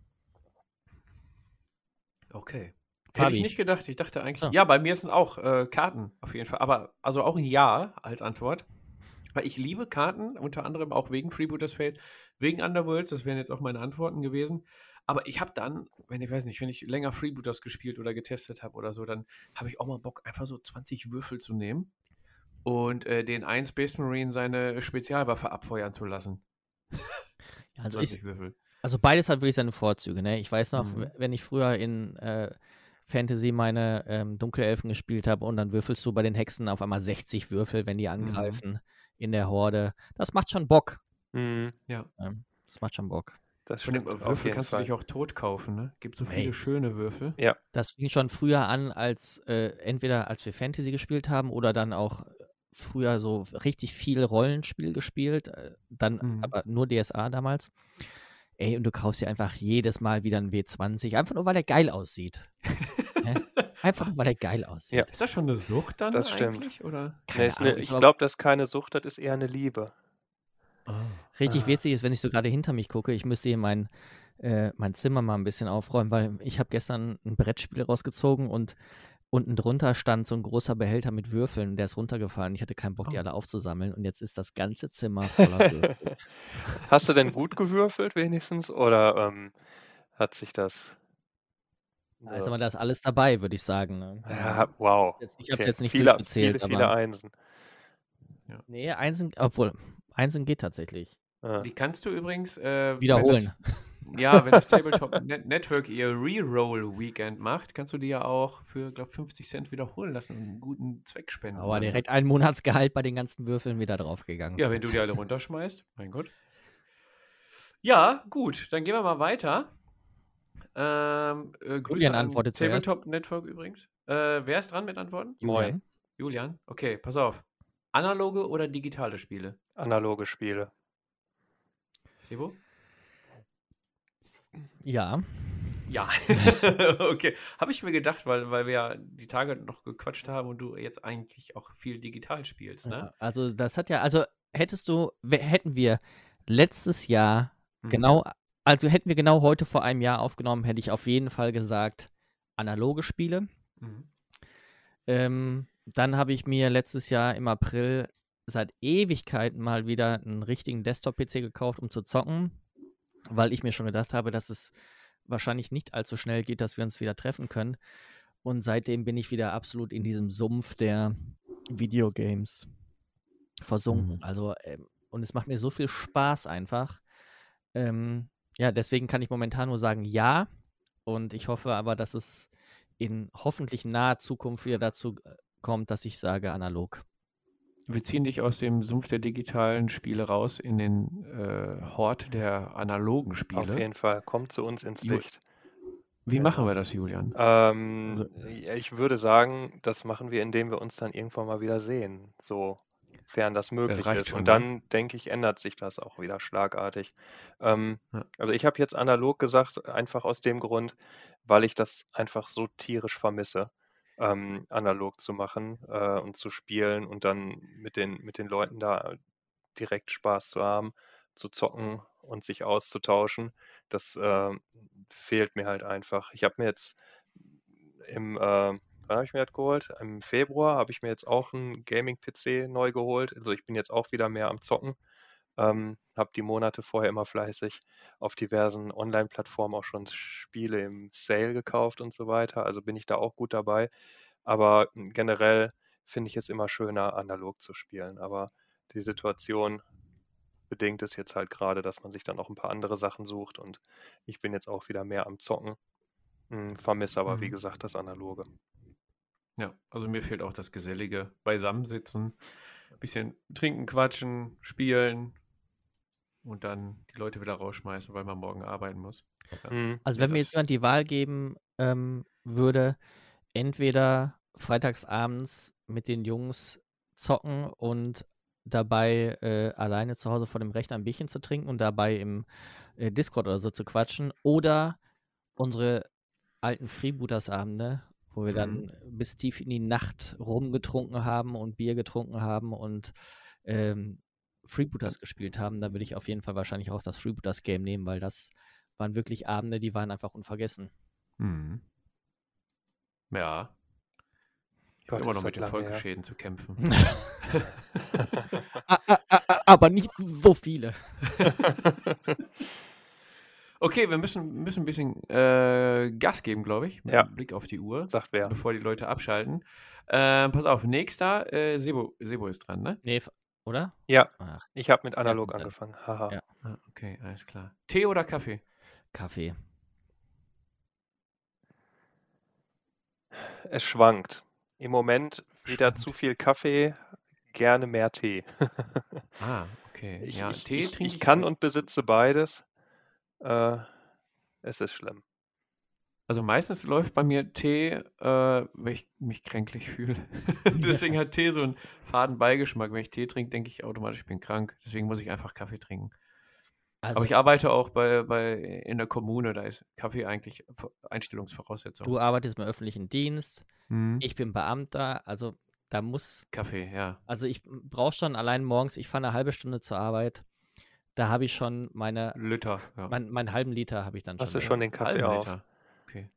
Okay. Hätte Fabi. ich nicht gedacht. Ich dachte eigentlich. So. Ja, bei mir sind auch äh, Karten auf jeden Fall. Aber also auch ein Ja als Antwort. Weil ich liebe Karten, unter anderem auch wegen Freebooters Fate, wegen Underworlds. Das wären jetzt auch meine Antworten gewesen. Aber ich habe dann, wenn ich weiß nicht, wenn ich länger Freebooters gespielt oder getestet habe oder so, dann habe ich auch mal Bock, einfach so zwanzig Würfel zu nehmen und äh, den einen Space Marine seine Spezialwaffe abfeuern zu lassen. Also, ich, zwanzig Würfel. also beides hat wirklich seine Vorzüge. Ne? Ich weiß noch, Mhm. w- wenn ich früher in äh, Fantasy meine ähm, Dunkelelfen gespielt habe und dann würfelst du bei den Hexen auf einmal sechzig Würfel, wenn die angreifen in der Horde. Das macht schon Bock. Mhm. Ja. Ähm, das macht schon Bock. Das Von dem stimmt, auf Würfel jeden kannst Fall. du dich auch tot kaufen, ne? Gibt so Hey. viele schöne Würfel. Ja, Das fing schon früher an, als äh, entweder als wir Fantasy gespielt haben oder dann auch früher so richtig viel Rollenspiel gespielt, äh, dann Mhm. aber nur D S A damals. Ey, und du kaufst dir einfach jedes Mal wieder einen W zwanzig, einfach nur, weil er geil aussieht. Ne? Einfach nur, weil er geil aussieht. Ja. Ist das schon eine Sucht dann Das stimmt. eigentlich? Oder? Keine nee, ist ne, Ahnung, ich glaub- glaube, das ist keine Sucht, das ist eher eine Liebe. Richtig Ah. witzig ist, wenn ich so gerade hinter mich gucke, ich müsste hier mein, äh, mein Zimmer mal ein bisschen aufräumen, weil ich habe gestern ein Brettspiel rausgezogen und unten drunter stand so ein großer Behälter mit Würfeln, der ist runtergefallen. Ich hatte keinen Bock, die Oh. alle aufzusammeln und jetzt ist das ganze Zimmer voller Würfel. Hast du denn gut gewürfelt wenigstens oder ähm, hat sich das... Da ist aber das alles dabei, würde ich sagen. Ne? Ja, wow. Jetzt- ich hab's Okay. jetzt nicht viele, durchgezählt, viele, viele aber- Einsen. Nee, Einsen, obwohl, Einsen geht tatsächlich. Ah. Die kannst du übrigens äh, Wiederholen. Wenn das, ja, wenn das Tabletop Net Network ihr Reroll Weekend macht, kannst du die ja auch für, glaube fünfzig Cent wiederholen lassen und einen guten Zweck spenden. Aber dann. direkt ein Monatsgehalt bei den ganzen Würfeln wieder draufgegangen. Ja, wenn du die alle runterschmeißt. Mein Gott. Ja, gut. Dann gehen wir mal weiter. Ähm, äh, Grüße Julian an antwortet zuerst. Tabletop Network übrigens. Äh, wer ist dran mit Antworten? Julian. Julian? Okay, pass auf. Analoge oder digitale Spiele? Analoge Spiele. Sebo? Ja. Ja. Okay. Habe ich mir gedacht, weil, weil wir ja die Tage noch gequatscht haben und du jetzt eigentlich auch viel digital spielst, ne? Ja, also das hat ja, also hättest du, w- hätten wir letztes Jahr Mhm. genau, also hätten wir genau heute vor einem Jahr aufgenommen, hätte ich auf jeden Fall gesagt, analoge Spiele. Mhm. Ähm, dann habe ich mir letztes Jahr im April seit Ewigkeiten mal wieder einen richtigen Desktop-P C gekauft, um zu zocken, weil ich mir schon gedacht habe, dass es wahrscheinlich nicht allzu schnell geht, dass wir uns wieder treffen können. Und seitdem bin ich wieder absolut in diesem Sumpf der Videogames versunken. Mhm. Also, ähm, und es macht mir so viel Spaß einfach. Ähm, ja, deswegen kann ich momentan nur sagen, ja. Und ich hoffe aber, dass es in hoffentlich naher Zukunft wieder dazu äh, kommt, dass ich sage analog. Wir ziehen dich aus dem Sumpf der digitalen Spiele raus in den äh, Hort der analogen Auf Spiele. jeden Fall, kommt zu uns ins Ju- Licht. Wie Genau. machen wir das, Julian? Ähm, Also, ja, ich würde sagen, das machen wir, indem wir uns dann irgendwann mal wieder sehen, sofern das das möglich reicht ist. schon, Und ne? dann, denke ich, ändert sich das auch wieder schlagartig. Ähm, Ja. also ich habe jetzt analog gesagt, einfach aus dem Grund, weil ich das einfach so tierisch vermisse, ähm, analog zu machen äh, und zu spielen und dann mit den, mit den Leuten da direkt Spaß zu haben, zu zocken und sich auszutauschen. Das äh, fehlt mir halt einfach. Ich habe mir jetzt im, äh, wann habe ich mir das geholt? Im Februar habe ich mir jetzt auch einen Gaming-P C neu geholt. Also ich bin jetzt auch wieder mehr am Zocken. Ähm, habe die Monate vorher immer fleißig auf diversen Online-Plattformen auch schon Spiele im Sale gekauft und so weiter. Also bin ich da auch gut dabei. Aber mm, generell finde ich es immer schöner, analog zu spielen. Aber die Situation bedingt es jetzt halt gerade, dass man sich dann auch ein paar andere Sachen sucht und ich bin jetzt auch wieder mehr am Zocken, mm, vermisse aber, wie Mhm. gesagt, das Analoge. Ja, also mir fehlt auch das gesellige Beisammensitzen, bisschen trinken, quatschen, spielen und dann die Leute wieder rausschmeißen, weil man morgen arbeiten muss. Ja, Mm, Also nee, wenn mir jetzt das, jemand die Wahl geben ähm, würde, entweder freitagsabends mit den Jungs zocken und dabei äh, alleine zu Hause vor dem Rechner ein Bierchen zu trinken und dabei im äh, Discord oder so zu quatschen, oder unsere alten Freebooters-Abende, wo wir Mhm. dann bis tief in die Nacht rumgetrunken haben und Bier getrunken haben und ähm, Freebooters gespielt haben, dann würde ich auf jeden Fall wahrscheinlich auch das Freebooters-Game nehmen, weil das waren wirklich Abende, die waren einfach unvergessen. Mhm. Ja, ich habe Gott, immer noch ist mit das den lange her. Folgeschäden zu kämpfen. Ah, ah, ah, ah, Aber nicht so viele. Okay, wir müssen, müssen ein bisschen äh, Gas geben, glaube ich, mit Ja. einem Blick auf die Uhr, Sagt wer. bevor die Leute abschalten. Ähm, pass auf, nächster, äh, Sebo, Sebo ist dran, ne? Nee, f- oder? Ja, Ach, ich habe mit ja, analog gut, dann. angefangen. Haha. Ja. Ah, okay, alles klar. Tee oder Kaffee? Kaffee. Es schwankt. Im Moment wieder Schwankt. zu viel Kaffee, gerne mehr Tee. Ah, okay. Ich, Ja, ich, Tee ich, trinke ich ich kann auch. und besitze beides. Äh, es ist schlimm. Also meistens läuft bei mir Tee, äh, wenn ich mich kränklich fühle. Deswegen hat Tee so einen faden Beigeschmack. Wenn ich Tee trinke, denke ich automatisch, ich bin krank. Deswegen muss ich einfach Kaffee trinken. Also Aber ich arbeite auch bei, bei in der Kommune, da ist Kaffee eigentlich Vo- Einstellungsvoraussetzung. du arbeitest im öffentlichen Dienst, Mhm. ich bin Beamter, also da muss, Kaffee, ja. also ich brauche schon allein morgens, ich fahre eine halbe Stunde zur Arbeit, da habe ich schon meine, Liter, ja. mein, meinen halben Liter habe ich dann Hast schon. du Ne? schon den Kaffee Halben auf? Liter. Okay.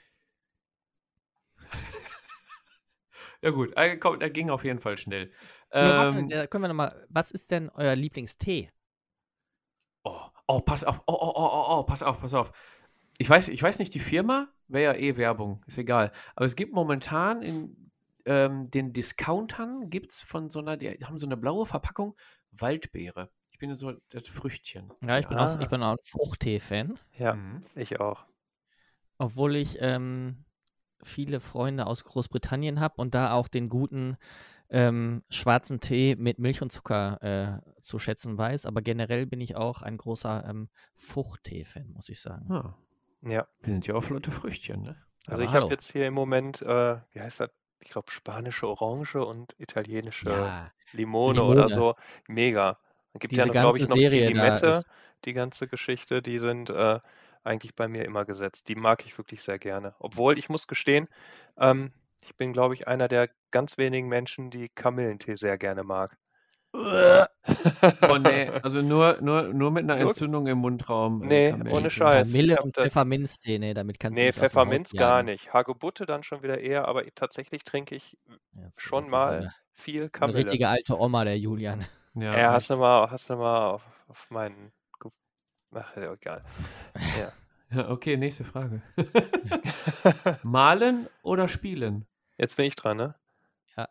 Ja gut, äh, komm, der ging auf jeden Fall schnell. Aber warte, Ähm, da können wir nochmal, was ist denn euer Lieblingstee? oh, oh, pass auf, oh, oh, oh, oh, oh, pass auf, pass auf. Ich weiß, ich weiß nicht, die Firma, wäre ja eh Werbung, ist egal. Aber es gibt momentan in ähm, den Discountern, gibt es von so einer, die haben so eine blaue Verpackung, Waldbeere. Ich bin so das Früchtchen. Ja, ich Ja. bin auch, Ah. ich bin auch ein Fruchttee-Fan, Ja, Mhm. ich auch. obwohl ich ähm, viele Freunde aus Großbritannien habe und da auch den guten ähm, schwarzen Tee mit Milch und Zucker äh, zu schätzen weiß. Aber generell bin ich auch ein großer ähm, Fruchttee-Fan, muss ich sagen. Ah, Ja. wir sind ja auch flotte Früchtchen, ne? Also Aber ich habe hallo. jetzt hier im Moment, äh, wie heißt das? Ich glaube, spanische Orange und italienische Ja, Limone oder Limone. so. Mega. Dann gibt ja Diese noch, glaube ganze ich, noch die Serie da Limette, ist. die ganze Geschichte, die sind äh, eigentlich bei mir immer gesetzt. Die mag ich wirklich sehr gerne. Obwohl, ich muss gestehen, ähm, ich bin, glaube ich, einer der ganz wenigen Menschen, die Kamillentee sehr gerne mag. Oh nee, also nur, nur, nur mit einer Nur Entzündung im Mundraum äh, nee, Kamille ohne trinken. Scheiß. Ich Kamille habe und das Pfefferminztee, nee, damit kannst du nee, mich aus dem Haus Pfefferminz gar jagen. nicht. Hagebutte dann schon wieder eher, aber tatsächlich trinke ich Ja, schon das ist so mal eine, viel eine Kamille. richtige alte Oma, der Julian. Ja, Ja, hast du echt. mal hast du mal auf auf meinen Ge ach, ja, egal. Ja. Ja, okay, nächste Frage. Malen oder spielen? Jetzt bin ich dran, ne? Ja.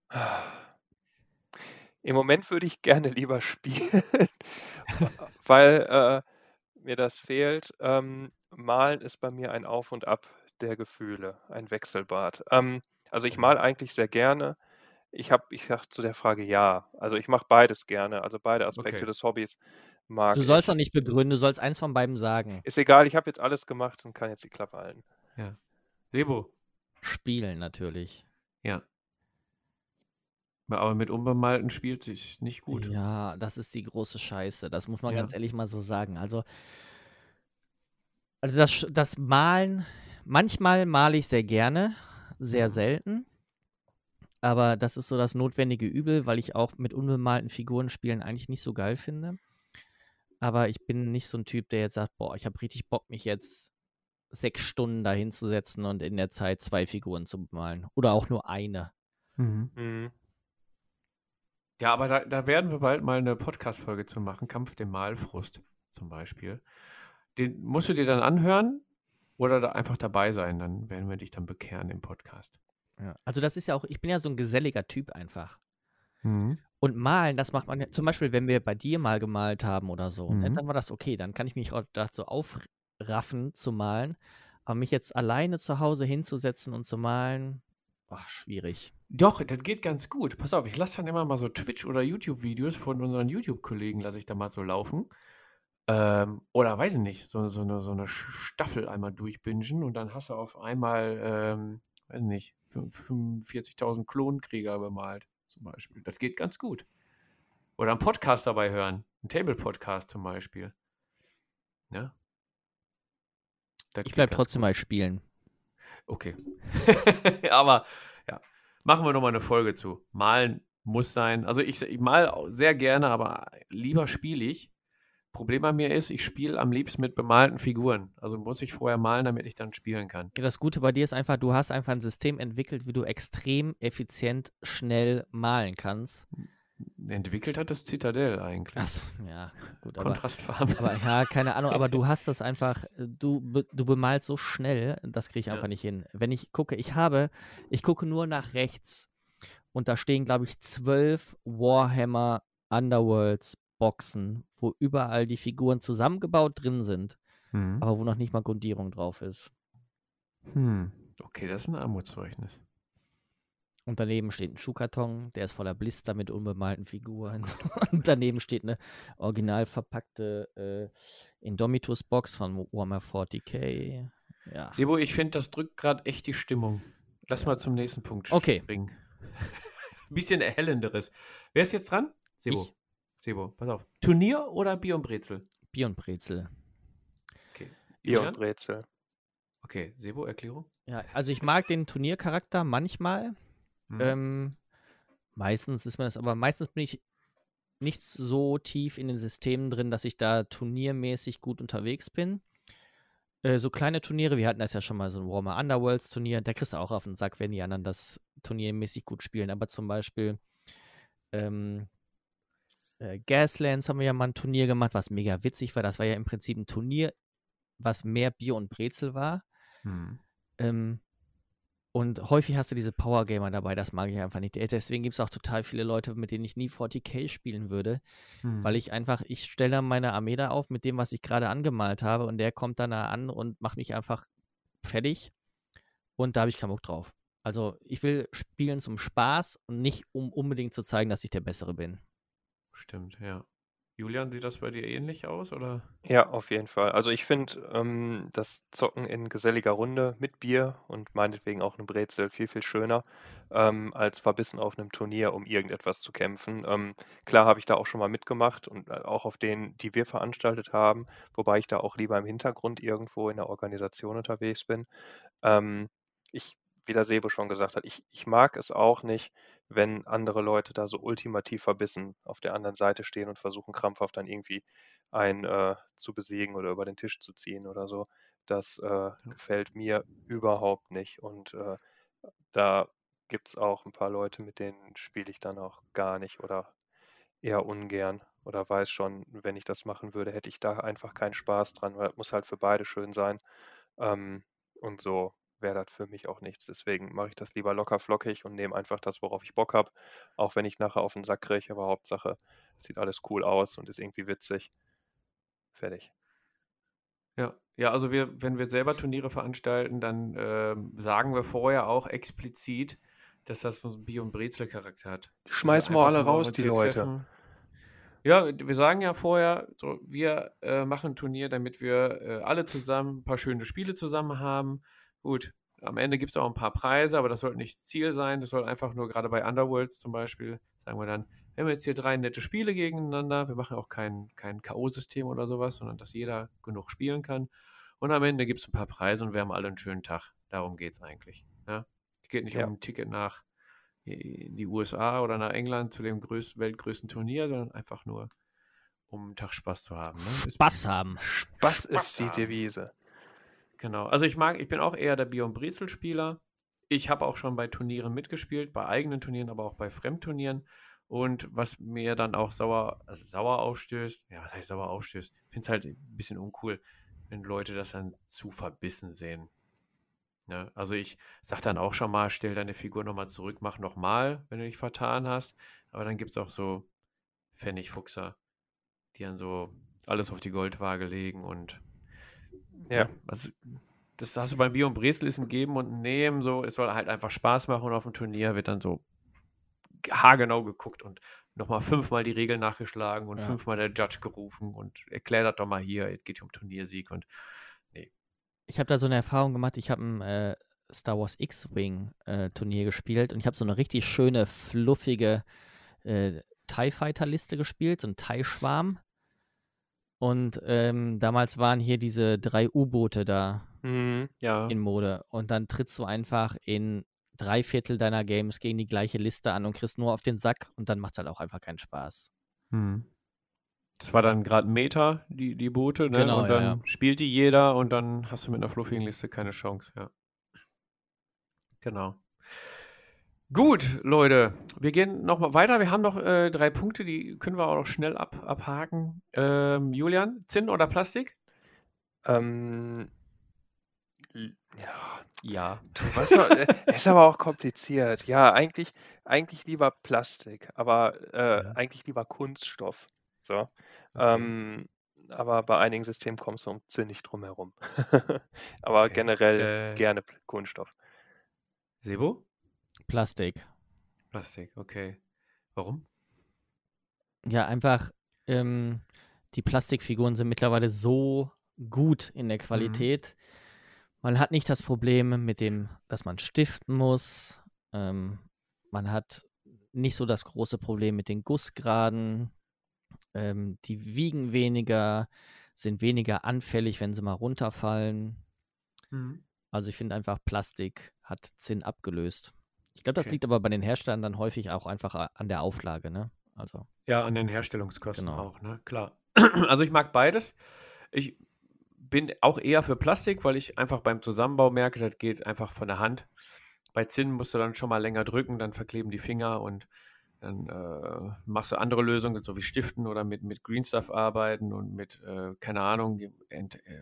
Im Moment würde ich gerne lieber spielen, weil, äh, mir das fehlt. Ähm, Malen ist bei mir ein Auf und Ab der Gefühle, ein Wechselbad. Ähm, also, ich Mhm. male eigentlich sehr gerne. Ich habe ich sage zu der Frage ja. Also, ich mache beides gerne. Also, beide Aspekte Okay. des Hobbys Du mag sollst ich. doch nicht begründen, du sollst eins von beiden sagen. Ist egal, ich habe jetzt alles gemacht und kann jetzt die Klappe halten. Ja. Sebo? Spielen natürlich. Ja. Aber mit Unbemalten spielt sich nicht gut. Ja, das ist die große Scheiße. Das muss man Ja. ganz ehrlich mal so sagen. Also, also das, Sch- das Malen, manchmal male ich sehr gerne, sehr Mhm. selten. Aber das ist so das notwendige Übel, weil ich auch mit unbemalten Figuren spielen eigentlich nicht so geil finde. Aber ich bin nicht so ein Typ, der jetzt sagt, boah, ich habe richtig Bock, mich jetzt sechs Stunden da hinzusetzen und in der Zeit zwei Figuren zu bemalen. Oder auch nur eine. Mhm. Mhm. Ja, aber da, da werden wir bald mal eine Podcast-Folge zu machen. Kampf dem Malfrust zum Beispiel. Den musst du dir dann anhören oder da einfach dabei sein. Dann werden wir dich dann bekehren im Podcast. Ja. Also das ist ja auch, ich bin ja so ein geselliger Typ einfach. Mhm. Und malen, das macht man ja, zum Beispiel, wenn wir bei dir mal gemalt haben oder so, ne, Mhm. dann war das okay. Dann kann ich mich auch dazu aufraffen zu malen. Aber mich jetzt alleine zu Hause hinzusetzen und zu malen, ach, schwierig. Doch, das geht ganz gut. Pass auf, ich lasse dann immer mal so Twitch- oder YouTube-Videos von unseren YouTube-Kollegen, lasse ich da mal so laufen. Ähm, oder weiß ich nicht, so, so, eine, so eine Staffel einmal durchbingen und dann hast du auf einmal, ähm, weiß nicht, fünfundvierzigtausend Klonkrieger bemalt, zum Beispiel. Das geht ganz gut. Oder einen Podcast dabei hören. Einen Table-Podcast zum Beispiel. Ja. Das Ich geht bleib ganz trotzdem gut. mal spielen. Okay. Aber ja, machen wir nochmal eine Folge zu. Malen muss sein. Also ich, ich mal sehr gerne, aber lieber spiele ich. Problem bei mir ist, ich spiele am liebsten mit bemalten Figuren. Also muss ich vorher malen, damit ich dann spielen kann. Ja, das Gute bei dir ist einfach, du hast einfach ein System entwickelt, wie du extrem effizient schnell malen kannst. Entwickelt hat das Zitadelle eigentlich. Achso, ja, gut, aber, Kontrastfarben. aber ja, keine Ahnung, aber du hast das einfach, äh, du, be- du bemalst so schnell, das kriege ich Ja. einfach nicht hin. Wenn ich gucke, ich habe, ich gucke nur nach rechts und da stehen, glaube ich, zwölf Warhammer Underworlds Boxen, wo überall die Figuren zusammengebaut drin sind, Mhm. aber wo noch nicht mal Grundierung drauf ist. Hm. Okay, das ist ein Armutszeugnis. Und daneben steht ein Schuhkarton, der ist voller Blister mit unbemalten Figuren. Und daneben steht eine original verpackte äh, Indomitus-Box von Warhammer vierzig K. Ja. Sebo, ich finde, das drückt gerade echt die Stimmung. Lass mal zum nächsten Punkt Okay. springen. Bisschen erhellenderes. Wer ist jetzt dran? Sebo. Ich. Sebo, pass auf. Turnier oder Bier und Brezel? Bier und Brezel. Okay. Bier Julian? und Brezel. Okay, Sebo, Erklärung? Ja, also ich mag den Turniercharakter manchmal. Mhm. Ähm, meistens ist mir das, aber meistens bin ich nicht so tief in den Systemen drin, dass ich da turniermäßig gut unterwegs bin. Äh, so kleine Turniere, wir hatten das ja schon mal, so ein Warhammer Underworlds Turnier, da kriegst du auch auf den Sack, wenn die anderen das turniermäßig gut spielen. Aber zum Beispiel ähm, äh, Gaslands haben wir ja mal ein Turnier gemacht, was mega witzig war. Das war ja im Prinzip ein Turnier, was mehr Bier und Brezel war. Mhm. Ähm, und häufig hast du diese Power-Gamer dabei, das mag ich einfach nicht. Deswegen gibt es auch total viele Leute, mit denen ich nie vierzig K spielen würde, Mhm. weil ich einfach, ich stelle dann meine Armee da auf mit dem, was ich gerade angemalt habe und der kommt dann da an und macht mich einfach fertig und da habe ich keinen Bock drauf. Also ich will spielen zum Spaß und nicht, um unbedingt zu zeigen, dass ich der Bessere bin. Stimmt, ja. Julian, sieht das bei dir ähnlich aus, oder? Ja, auf jeden Fall. Also ich finde ähm, das Zocken in geselliger Runde mit Bier und meinetwegen auch eine Brezel viel, viel schöner ähm, als verbissen auf einem Turnier, um irgendetwas zu kämpfen. Ähm, klar habe ich da auch schon mal mitgemacht und äh, auch auf denen, die wir veranstaltet haben, wobei ich da auch lieber im Hintergrund irgendwo in der Organisation unterwegs bin. Ähm, ich wie der Sebo schon gesagt hat, ich, ich mag es auch nicht, wenn andere Leute da so ultimativ verbissen auf der anderen Seite stehen und versuchen krampfhaft dann irgendwie einen äh, zu besiegen oder über den Tisch zu ziehen oder so. Das äh, gefällt mir überhaupt nicht. Und äh, da gibt es auch ein paar Leute, mit denen spiele ich dann auch gar nicht oder eher ungern oder weiß schon, wenn ich das machen würde, hätte ich da einfach keinen Spaß dran, weil es muss halt für beide schön sein. Ähm, und so wäre das für mich auch nichts. Deswegen mache ich das lieber locker flockig und nehme einfach das, worauf ich Bock habe. Auch wenn ich nachher auf den Sack kriege, aber Hauptsache, es sieht alles cool aus und ist irgendwie witzig. Fertig. Ja, ja, also wir, wenn wir selber Turniere veranstalten, dann ähm, sagen wir vorher auch explizit, dass das so einen Bier- und Brezel-Charakter hat. Schmeißen wir einfach alle nur raus, uns die hier Leute. treffen. Ja, wir sagen ja vorher, so, wir äh, machen ein Turnier, damit wir äh, alle zusammen ein paar schöne Spiele zusammen haben. Gut, am Ende gibt es auch ein paar Preise, aber das soll nicht Ziel sein. Das soll einfach nur, gerade bei Underworlds zum Beispiel, sagen wir dann, wir haben jetzt hier drei nette Spiele gegeneinander. Wir machen auch kein, kein K O-System oder sowas, sondern dass jeder genug spielen kann. Und am Ende gibt es ein paar Preise und wir haben alle einen schönen Tag. Darum geht es eigentlich. Ja? Es geht nicht Ja. um ein Ticket nach in die U S A oder nach England zu dem größten, weltgrößten Turnier, sondern einfach nur, um einen Tag Spaß zu haben. Ne? Ist- Spaß haben. Spaß ist Spaß die haben. Devise. Genau. Also ich mag, ich bin auch eher der Bier- und Brezel-Spieler. Ich habe auch schon bei Turnieren mitgespielt, bei eigenen Turnieren, aber auch bei Fremdturnieren. Und was mir dann auch sauer, also sauer aufstößt, ja, was heißt sauer aufstößt? Ich finde es halt ein bisschen uncool, wenn Leute das dann zu verbissen sehen. Ne? Also ich sag dann auch schon mal, stell deine Figur nochmal zurück, mach nochmal, wenn du dich vertan hast. Aber dann gibt es auch so Pfennigfuchser, die dann so alles auf die Goldwaage legen und Ja. ne, also, das hast du beim Bier und Brezel ist ein Geben und ein Nehmen, so, es soll halt einfach Spaß machen und auf dem Turnier wird dann so haargenau geguckt und nochmal fünfmal die Regeln nachgeschlagen und Ja. fünfmal der Judge gerufen und erklär das doch mal hier, es geht um Turniersieg und Ich habe da so eine Erfahrung gemacht, ich habe ein äh, Star Wars X-Wing äh, Turnier gespielt und ich habe so eine richtig schöne, fluffige äh, TIE Fighter Liste gespielt, so ein TIE Schwarm. Und ähm, damals waren hier diese drei U-Boote da Mhm. ja, in Mode. Und dann trittst du einfach in drei Viertel deiner Games gegen die gleiche Liste an und kriegst nur auf den Sack und dann macht es halt auch einfach keinen Spaß. hm. Das war dann gerade Meta, die, die Boote, ne? Genau, und ja, dann ja. spielt spielt die jeder und dann hast du mit einer fluffigen Liste keine Chance, ja. Genau. Gut, Leute, wir gehen nochmal weiter. Wir haben noch äh, drei Punkte, die können wir auch noch schnell ab, abhaken. Ähm, Julian, Zinn oder Plastik? Ähm, l- ja, Ja. du weißt doch, äh, ist aber auch kompliziert. Ja, eigentlich, eigentlich lieber Plastik, aber äh, Ja. eigentlich lieber Kunststoff. So. Okay. Ähm, aber bei einigen Systemen kommst du um Zinn nicht drum herum. aber Okay. generell Äh, gerne P- Kunststoff. Sebo? Plastik. Plastik, okay. Warum? Ja, einfach, ähm, die Plastikfiguren sind mittlerweile so gut in der Qualität. Man hat nicht das Problem mit dem, dass man stiften muss. Ähm, man hat nicht so das große Problem mit den Gussgraden. Ähm, die wiegen weniger, sind weniger anfällig, wenn sie mal runterfallen. Mhm. Also ich finde einfach, Plastik hat Zinn abgelöst. Ich glaube, das Okay. liegt aber bei den Herstellern dann häufig auch einfach a- an der Auflage, ne? Also, Ja, an den Herstellungskosten Genau. auch, ne? Klar. Also ich mag beides. Ich bin auch eher für Plastik, weil ich einfach beim Zusammenbau merke, das geht einfach von der Hand. Bei Zinn musst du dann schon mal länger drücken, dann verkleben die Finger und dann äh, machst du andere Lösungen, so wie Stiften oder mit, mit Green Stuff arbeiten und mit, äh, keine Ahnung, Ent, äh,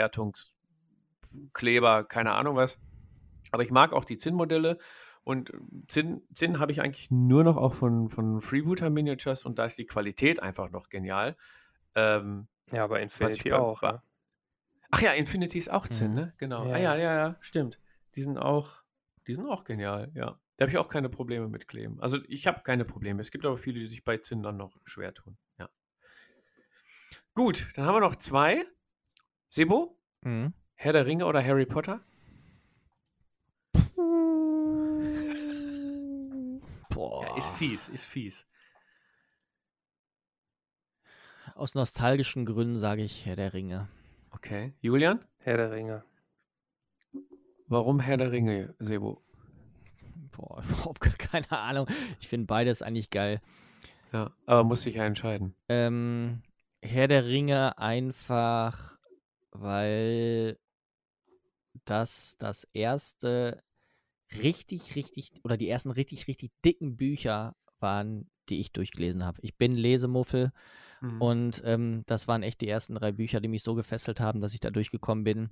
Verhärtungskleber, keine Ahnung was. Aber ich mag auch die Zinn-Modelle und Zinn, Zinn habe ich eigentlich nur noch auch von, von Freebooter Miniatures und da ist die Qualität einfach noch genial. Ähm, Ja, aber was ich Infinity bei, auch. bei, Ne? Ach ja, Infinity ist auch Zinn, Mhm. ne? Genau. Ja, ah ja, ja. ja, ja, stimmt. Die sind auch, die sind auch genial, ja. Da habe ich auch keine Probleme mit Kleben. Also ich habe keine Probleme. Es gibt aber viele, die sich bei Zinn dann noch schwer tun. Ja. Gut, dann haben wir noch zwei. Sebo, mhm. Herr der Ringe oder Harry Potter? Boah. Ja, ist fies, ist fies. Aus nostalgischen Gründen sage ich Herr der Ringe. Okay. Julian? Herr der Ringe. Warum Herr der Ringe, Sebo? Boah, überhaupt gar keine Ahnung. Ich finde beides eigentlich geil. Ja, aber musste ich ja entscheiden. Ähm, Herr der Ringe einfach, weil das das erste richtig, richtig, oder die ersten richtig, richtig dicken Bücher waren, die ich durchgelesen habe. Ich bin Lesemuffel Mhm. und ähm, das waren echt die ersten drei Bücher, die mich so gefesselt haben, dass ich da durchgekommen bin.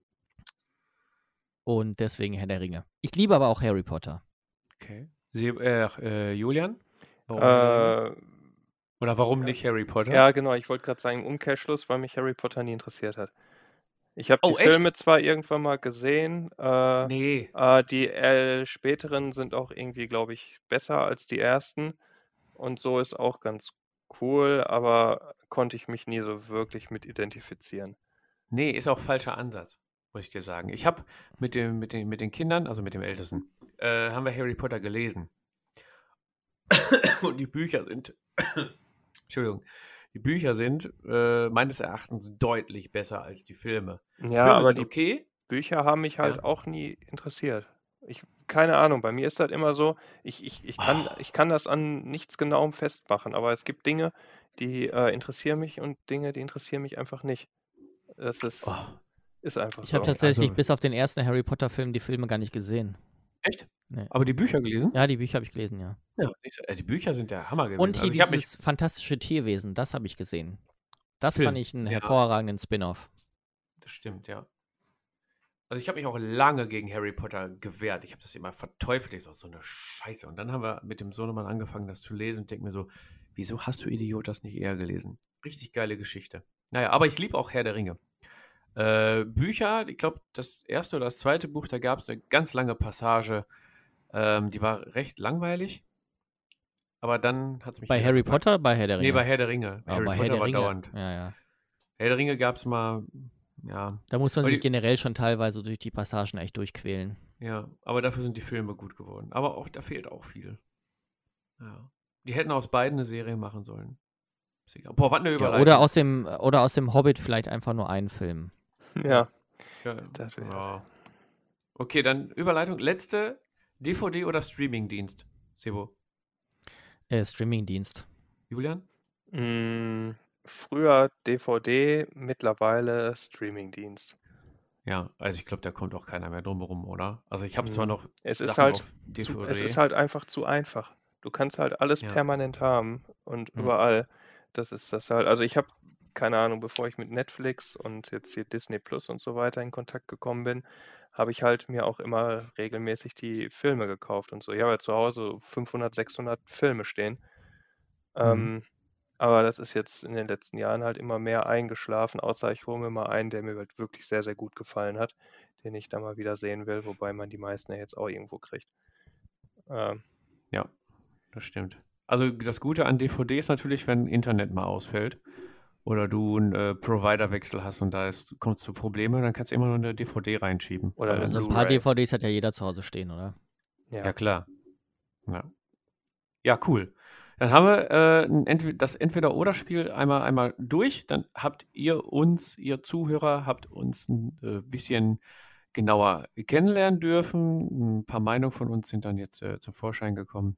Und deswegen Herr der Ringe. Ich liebe aber auch Harry Potter. Okay. Sie, äh, äh, Julian? Warum Herr der Ringe? Äh, Oder warum ja. nicht Harry Potter? Ja, genau. Ich wollte gerade sagen, im Umkehrschluss, weil mich Harry Potter nie interessiert hat. Ich habe die Oh, echt? Filme zwar irgendwann mal gesehen, äh, Nee. äh, die äh, späteren sind auch irgendwie, glaube ich, besser als die ersten. Und so ist auch ganz cool, aber konnte ich mich nie so wirklich mit identifizieren. Nee, ist auch falscher Ansatz, muss ich dir sagen. Ich habe mit, dem, mit, den, mit den Kindern, also mit dem Ältesten, äh, haben wir Harry Potter gelesen. Und die Bücher sind, Entschuldigung, die Bücher sind äh, meines Erachtens deutlich besser als die Filme. Ja, Filme aber sind die okay. Bücher haben mich halt Ja. auch nie interessiert. Ich, keine Ahnung, bei mir ist das immer so, ich, ich, ich, kann, Oh. ich kann das an nichts Genauem festmachen, aber es gibt Dinge, die äh, interessieren mich und Dinge, die interessieren mich einfach nicht. Das ist, Oh. ist einfach Ich habe so. tatsächlich Also, bis auf den ersten Harry Potter-Film die Filme gar nicht gesehen. echt? Nee. Aber die Bücher gelesen? Ja, die Bücher habe ich gelesen, ja. Ja, ich, äh, die Bücher sind der Hammer gewesen. Und hier also ich habe mich dieses fantastische Tierwesen, das habe ich gesehen. Das Film, fand ich einen ja. hervorragenden Spin-off. Das stimmt, ja. Also ich habe mich auch lange gegen Harry Potter gewehrt. Ich habe das immer verteufelt. Ich so, so eine Scheiße. Und dann haben wir mit dem Sohnemann angefangen, das zu lesen. Und denke mir so, wieso hast du, Idiot, das nicht eher gelesen? Richtig geile Geschichte. Naja, aber ich liebe auch Herr der Ringe. Äh, Bücher, ich glaube, das erste oder das zweite Buch, da gab es eine ganz lange Passage. Ähm, die war recht langweilig. Aber dann hat es mich Bei wieder Harry gepackt. Potter, bei Herr der Ringe? Nee, bei Herr der Ringe. Ah, Harry bei Herr Potter der war Ringe. dauernd. Ja, ja. Herr der Ringe gab es mal, ja. Da muss man Aber sich die, generell schon teilweise durch die Passagen echt durchquälen. ja, aber dafür sind die Filme gut geworden. Aber auch, da fehlt auch viel. Ja. Die hätten aus beiden eine Serie machen sollen. Ist egal. Boah, was eine Ja, Überleitung. oder aus dem oder aus dem Hobbit vielleicht einfach nur einen Film. Ja. Ja, Das wär- ja. Okay, dann Überleitung. Letzte D V D oder Streamingdienst? Sebo. Äh, Streamingdienst. Julian? Mm, früher D V D, mittlerweile Streamingdienst. Ja, also ich glaube, da kommt auch keiner mehr drum herum, oder? Also ich habe zwar Mm, noch Es Sachen ist halt auf D V zu, D. es ist halt einfach zu einfach. Du kannst halt alles Ja. permanent haben und Hm. überall. Das ist das halt. Also ich habe keine Ahnung, bevor ich mit Netflix und jetzt hier Disney Plus und so weiter in Kontakt gekommen bin, habe ich halt mir auch immer regelmäßig die Filme gekauft und so. Ich habe ja zu Hause fünfhundert, sechshundert Filme stehen. Mhm. Ähm, aber das ist jetzt in den letzten Jahren halt immer mehr eingeschlafen, außer ich hole mir mal einen, der mir halt wirklich sehr, sehr gut gefallen hat, den ich da mal wieder sehen will, wobei man die meisten ja jetzt auch irgendwo kriegt. Ähm, Ja, das stimmt. Also das Gute an D V D ist natürlich, wenn Internet mal ausfällt oder du einen äh, Providerwechsel hast und da kommt es zu Problemen, dann kannst du immer nur eine D V D reinschieben. Oder Weil eine Also das- ein paar Blu-ray. D V Ds hat ja jeder zu Hause stehen, oder? ja. Ja, klar. Ja, ja cool. Dann haben wir äh, ein Entweder, das Entweder-Oder-Spiel einmal, einmal durch. Dann habt ihr uns, ihr Zuhörer, habt uns ein äh, bisschen genauer kennenlernen dürfen. Ein paar Meinungen von uns sind dann jetzt äh, zum Vorschein gekommen.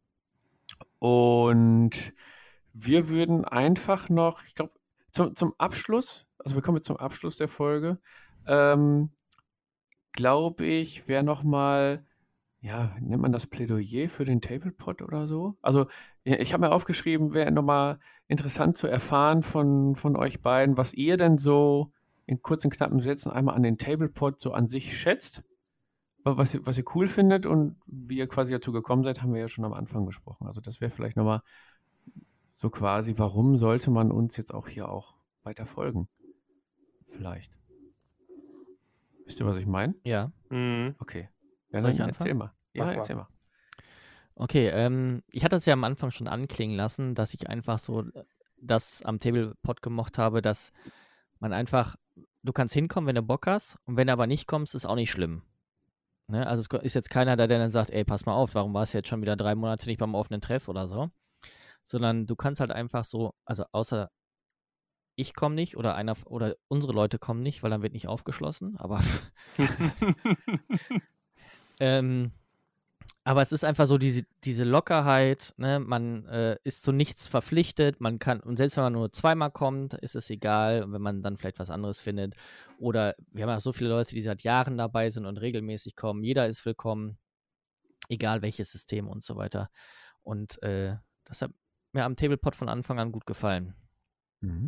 Und wir würden einfach noch, ich glaube, zum, zum Abschluss, also wir kommen jetzt zum Abschluss der Folge, ähm, glaube ich, wäre nochmal, ja, nennt man das Plädoyer für den Tablepot oder so? Also ja, ich habe mir aufgeschrieben, wäre nochmal interessant zu erfahren von, von euch beiden, was ihr denn so in kurzen, knappen Sätzen einmal an den Tablepot so an sich schätzt, wa- was ihr, was ihr cool findet und wie ihr quasi dazu gekommen seid, haben wir ja schon am Anfang gesprochen. Also das wäre vielleicht nochmal so quasi, warum sollte man uns jetzt auch hier auch weiter folgen? Vielleicht. Wisst ihr, was ich meine? Ja. Mhm. Okay. Ja, Soll dann ich erzähl anfangen? mal. Ja, Mach mal. erzähl mal. Okay, ähm, ich hatte es ja am Anfang schon anklingen lassen, dass ich einfach so äh, das am Tablepot gemocht habe, dass man einfach, du kannst hinkommen, wenn du Bock hast, und wenn du aber nicht kommst, ist auch nicht schlimm. Ne? Also es ko- ist jetzt keiner da, der dann sagt, ey, pass mal auf, warum warst du jetzt schon wieder drei Monate nicht beim offenen Treff oder so. Sondern du kannst halt einfach so, also außer ich komme nicht oder einer f- oder unsere Leute kommen nicht, weil dann wird nicht aufgeschlossen, aber ähm, Aber es ist einfach so diese, diese Lockerheit, ne? Man äh, ist zu nichts verpflichtet, man kann, und selbst wenn man nur zweimal kommt, ist es egal, wenn man dann vielleicht was anderes findet. Oder wir haben ja so viele Leute, die seit Jahren dabei sind und regelmäßig kommen. Jeder ist willkommen, egal welches System und so weiter. Und äh, das hat mir am Tablepot von Anfang an gut gefallen. Mhm.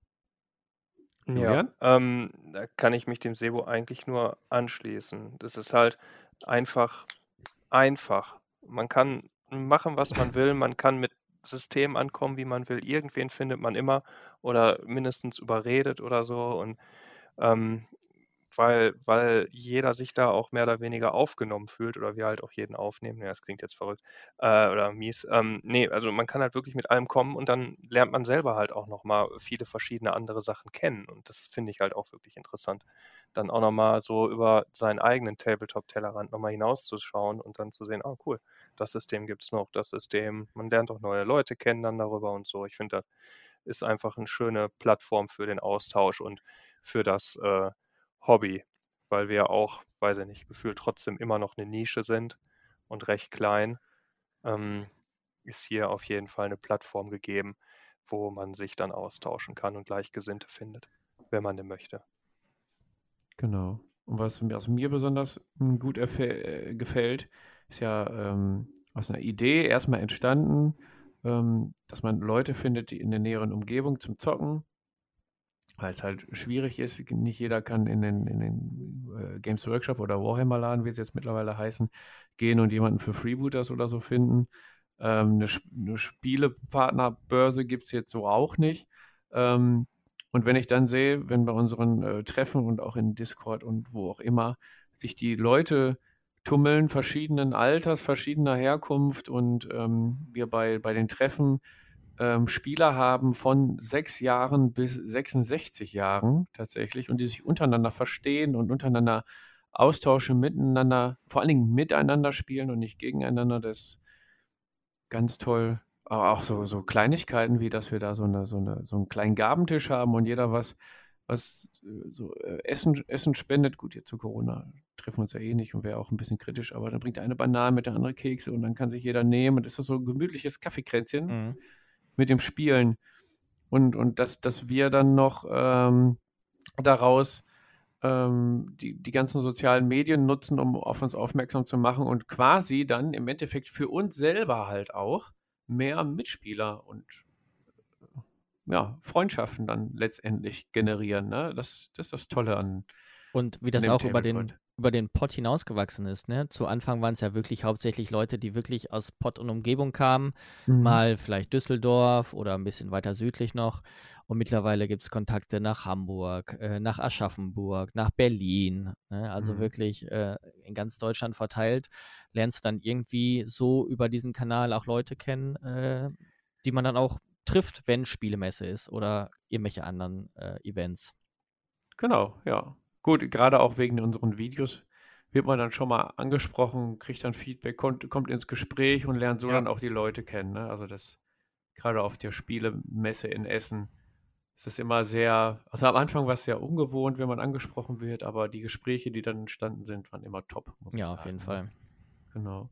Ja, Julian? ähm, da kann ich mich dem Sebo eigentlich nur anschließen. Das ist halt einfach einfach. Man kann machen, was man will. Man kann mit Systemen ankommen, wie man will. Irgendwen findet man immer oder mindestens überredet oder so. Und ähm, weil, weil jeder sich da auch mehr oder weniger aufgenommen fühlt oder wir halt auch jeden aufnehmen. Ja, das klingt jetzt verrückt äh, oder mies. Ähm, nee, also man kann halt wirklich mit allem kommen und dann lernt man selber halt auch nochmal viele verschiedene andere Sachen kennen. Und das finde ich halt auch wirklich interessant. Dann auch nochmal so über seinen eigenen Tabletop-Tellerrand nochmal hinauszuschauen und dann zu sehen, ah cool, das System gibt es noch, das System. Man lernt auch neue Leute kennen dann darüber und so. Ich finde, das ist einfach eine schöne Plattform für den Austausch und für das äh, Hobby, weil wir auch, weiß ich nicht, gefühlt trotzdem immer noch eine Nische sind und recht klein, ähm, ist hier auf jeden Fall eine Plattform gegeben, wo man sich dann austauschen kann und Gleichgesinnte findet, wenn man denn möchte. Genau. Und was, was mir besonders mm, gut erfä- äh, gefällt, ist ja ähm, aus einer Idee erstmal entstanden, ähm, dass man Leute findet, die in der näheren Umgebung zum Zocken, weil es halt schwierig ist. Nicht jeder kann in den, in den äh, Games Workshop oder Warhammer-Laden, wie sie jetzt mittlerweile heißen, gehen und jemanden für Freebooters oder so finden. Ähm, eine, Sp- eine Spielepartnerbörse gibt es jetzt so auch nicht. Ähm, und wenn ich dann sehe, wenn bei unseren äh, Treffen und auch in Discord und wo auch immer sich die Leute tummeln, verschiedenen Alters, verschiedener Herkunft und ähm, wir bei, bei den Treffen ähm, Spieler haben von sechs Jahren bis sechsundsechzig Jahren tatsächlich und die sich untereinander verstehen und untereinander austauschen, miteinander, vor allen Dingen miteinander spielen und nicht gegeneinander. Das ist ganz toll. Aber auch so, so Kleinigkeiten, wie dass wir da so, eine, so, eine, so einen kleinen Gabentisch haben und jeder was, was äh, so äh, Essen, Essen spendet. Gut, jetzt zu Corona treffen wir uns ja eh nicht und wäre auch ein bisschen kritisch, aber dann bringt der eine Bananen mit, der andere Kekse und dann kann sich jeder nehmen und das ist so ein gemütliches Kaffeekränzchen Mhm. mit dem Spielen. Und, und dass, dass wir dann noch ähm, daraus ähm, die, die ganzen sozialen Medien nutzen, um auf uns aufmerksam zu machen und quasi dann im Endeffekt für uns selber halt auch mehr Mitspieler und ja, Freundschaften dann letztendlich generieren. Ne? Das, das ist das Tolle an, Und wie an das dem auch über den, Tablepot. über den Pott hinausgewachsen ist, ne? Zu Anfang waren es ja wirklich hauptsächlich Leute, die wirklich aus Pott und Umgebung kamen, Mhm. mal vielleicht Düsseldorf oder ein bisschen weiter südlich noch. Und mittlerweile gibt es Kontakte nach Hamburg, äh, nach Aschaffenburg, nach Berlin, ne? Also Mhm. wirklich äh, in ganz Deutschland verteilt. Lernst du dann irgendwie so über diesen Kanal auch Leute kennen, äh, die man dann auch trifft, wenn Spielemesse ist oder irgendwelche anderen äh, Events. Genau, ja. Gut, gerade auch wegen unseren Videos wird man dann schon mal angesprochen, kriegt dann Feedback, kommt, kommt ins Gespräch und lernt so Ja. dann auch die Leute kennen. Ne? Also das gerade auf der Spielemesse in Essen ist es immer sehr, also am Anfang war es sehr ungewohnt, wenn man angesprochen wird, aber die Gespräche, die dann entstanden sind, waren immer top, muss ich Ja, sagen. auf jeden ne? Fall. Genau.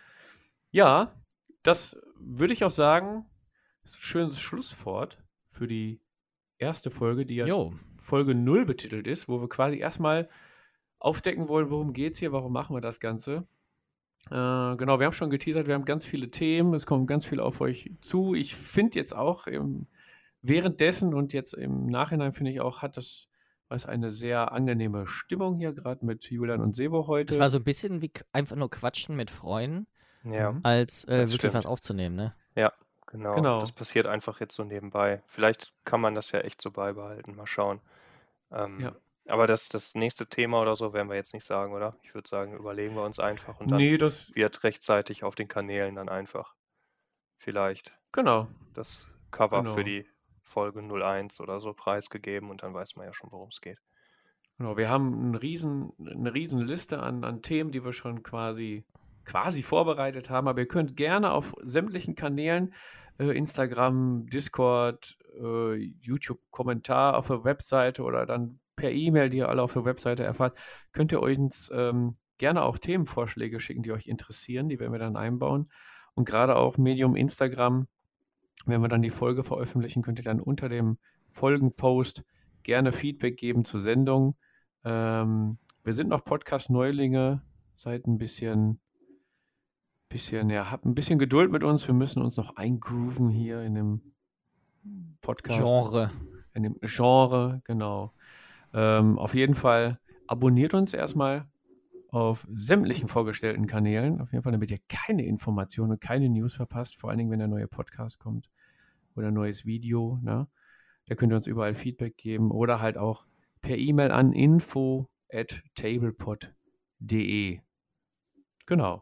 Ja, das würde ich auch sagen, ist ein schönes Schlusswort für die erste Folge, die ja Jo, Folge null betitelt ist, wo wir quasi erstmal aufdecken wollen, worum geht es hier, warum machen wir das Ganze. Äh, genau, wir haben schon geteasert, wir haben ganz viele Themen, es kommt ganz viel auf euch zu. Ich finde jetzt auch im, währenddessen und jetzt im Nachhinein finde ich auch, hat das was eine sehr angenehme Stimmung hier, gerade mit Julian und Sebo es heute. war so ein bisschen wie k- einfach nur Quatschen mit Freunden, Ja, Mhm. als äh, das wirklich was stimmt. aufzunehmen, ne? Ja, genau. Genau. Das passiert einfach jetzt so nebenbei. Vielleicht kann man das ja echt so beibehalten. Mal schauen. Ähm, Ja. aber das, das nächste Thema oder so werden wir jetzt nicht sagen, oder? Ich würde sagen, überlegen wir uns einfach und dann Nee, das, wird rechtzeitig auf den Kanälen dann einfach vielleicht genau, das Cover für genau. die Folge null eins oder so preisgegeben und dann weiß man ja schon, worum es geht. Genau, wir haben einen riesen, eine riesen Liste an, an Themen, die wir schon quasi, quasi vorbereitet haben. Aber ihr könnt gerne auf sämtlichen Kanälen, äh, Instagram, Discord, äh, YouTube-Kommentar auf der Webseite oder dann per E-Mail, die ihr alle auf der Webseite erfahrt, könnt ihr uns ähm, gerne auch Themenvorschläge schicken, die euch interessieren. Die werden wir dann einbauen. Und gerade auch Medium Instagram, wenn wir dann die Folge veröffentlichen, könnt ihr dann unter dem Folgenpost gerne Feedback geben zur Sendung. Ähm, wir sind noch Podcast-Neulinge, seid ein bisschen, bisschen, ja, habt ein bisschen Geduld mit uns. Wir müssen uns noch eingrooven hier in dem Podcast. Genre. In dem Genre, genau. Ähm, auf jeden Fall abonniert uns erstmal auf sämtlichen vorgestellten Kanälen. Auf jeden Fall, damit ihr keine Informationen und keine News verpasst. Vor allen Dingen, wenn der neue Podcast kommt oder ein neues Video. Ne? Da könnt ihr uns überall Feedback geben oder halt auch per E-Mail an info at tablepod punkt de. Genau.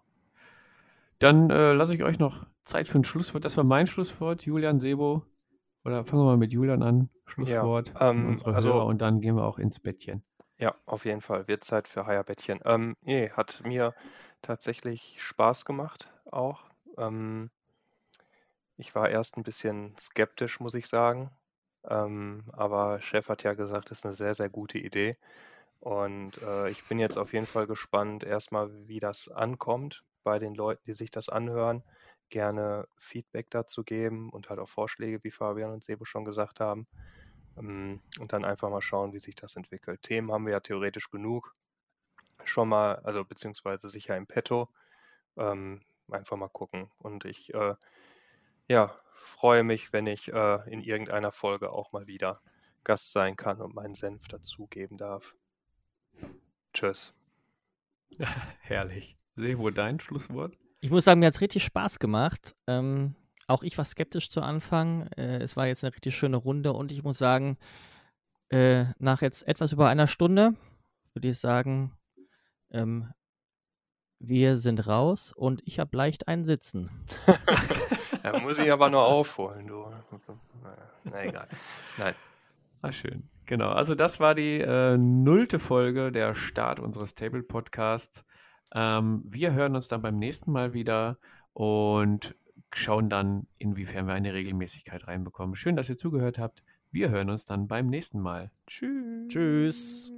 Dann äh, lasse ich euch noch Zeit für ein Schlusswort. Das war mein Schlusswort, Julian, Sebo. Oder fangen wir mal mit Julian an. Schlusswort Ja, an ähm, unsere also- Hörer und dann gehen wir auch ins Bettchen. Ja, auf jeden Fall. Wird Zeit für Heierbettchen. Ähm, nee, hat mir tatsächlich Spaß gemacht auch. Ähm, ich war erst ein bisschen skeptisch, muss ich sagen. Ähm, aber Chef hat ja gesagt, das ist eine sehr, sehr gute Idee. Und äh, ich bin jetzt auf jeden Fall gespannt, erstmal, wie das ankommt bei den Leuten, die sich das anhören. Gerne Feedback dazu geben und halt auch Vorschläge, wie Fabian und Sebo schon gesagt haben. Ähm, Und dann einfach mal schauen, wie sich das entwickelt. Themen haben wir ja theoretisch genug. Schon mal, also beziehungsweise sicher im Petto. Ähm, einfach mal gucken. Und ich äh, ja, freue mich, wenn ich äh, in irgendeiner Folge auch mal wieder Gast sein kann und meinen Senf dazugeben darf. Tschüss. Herrlich. Sebo, dein Schlusswort? Ich muss sagen, mir hat es richtig Spaß gemacht. Ähm, auch ich war skeptisch zu Anfang. Äh, es war jetzt eine richtig schöne Runde und ich muss sagen, äh, nach jetzt etwas über einer Stunde würde ich sagen, ähm, wir sind raus und ich habe leicht ein Sitzen. Da muss ich aber nur aufholen, du. Na egal. Nein. Ah, schön. Genau, also das war die äh, nullte Folge, der Start unseres Table-Podcasts. Ähm, wir hören uns dann beim nächsten Mal wieder und schauen dann, inwiefern wir eine Regelmäßigkeit reinbekommen. Schön, dass ihr zugehört habt. Wir hören uns dann beim nächsten Mal. Tschüss. Tschüss.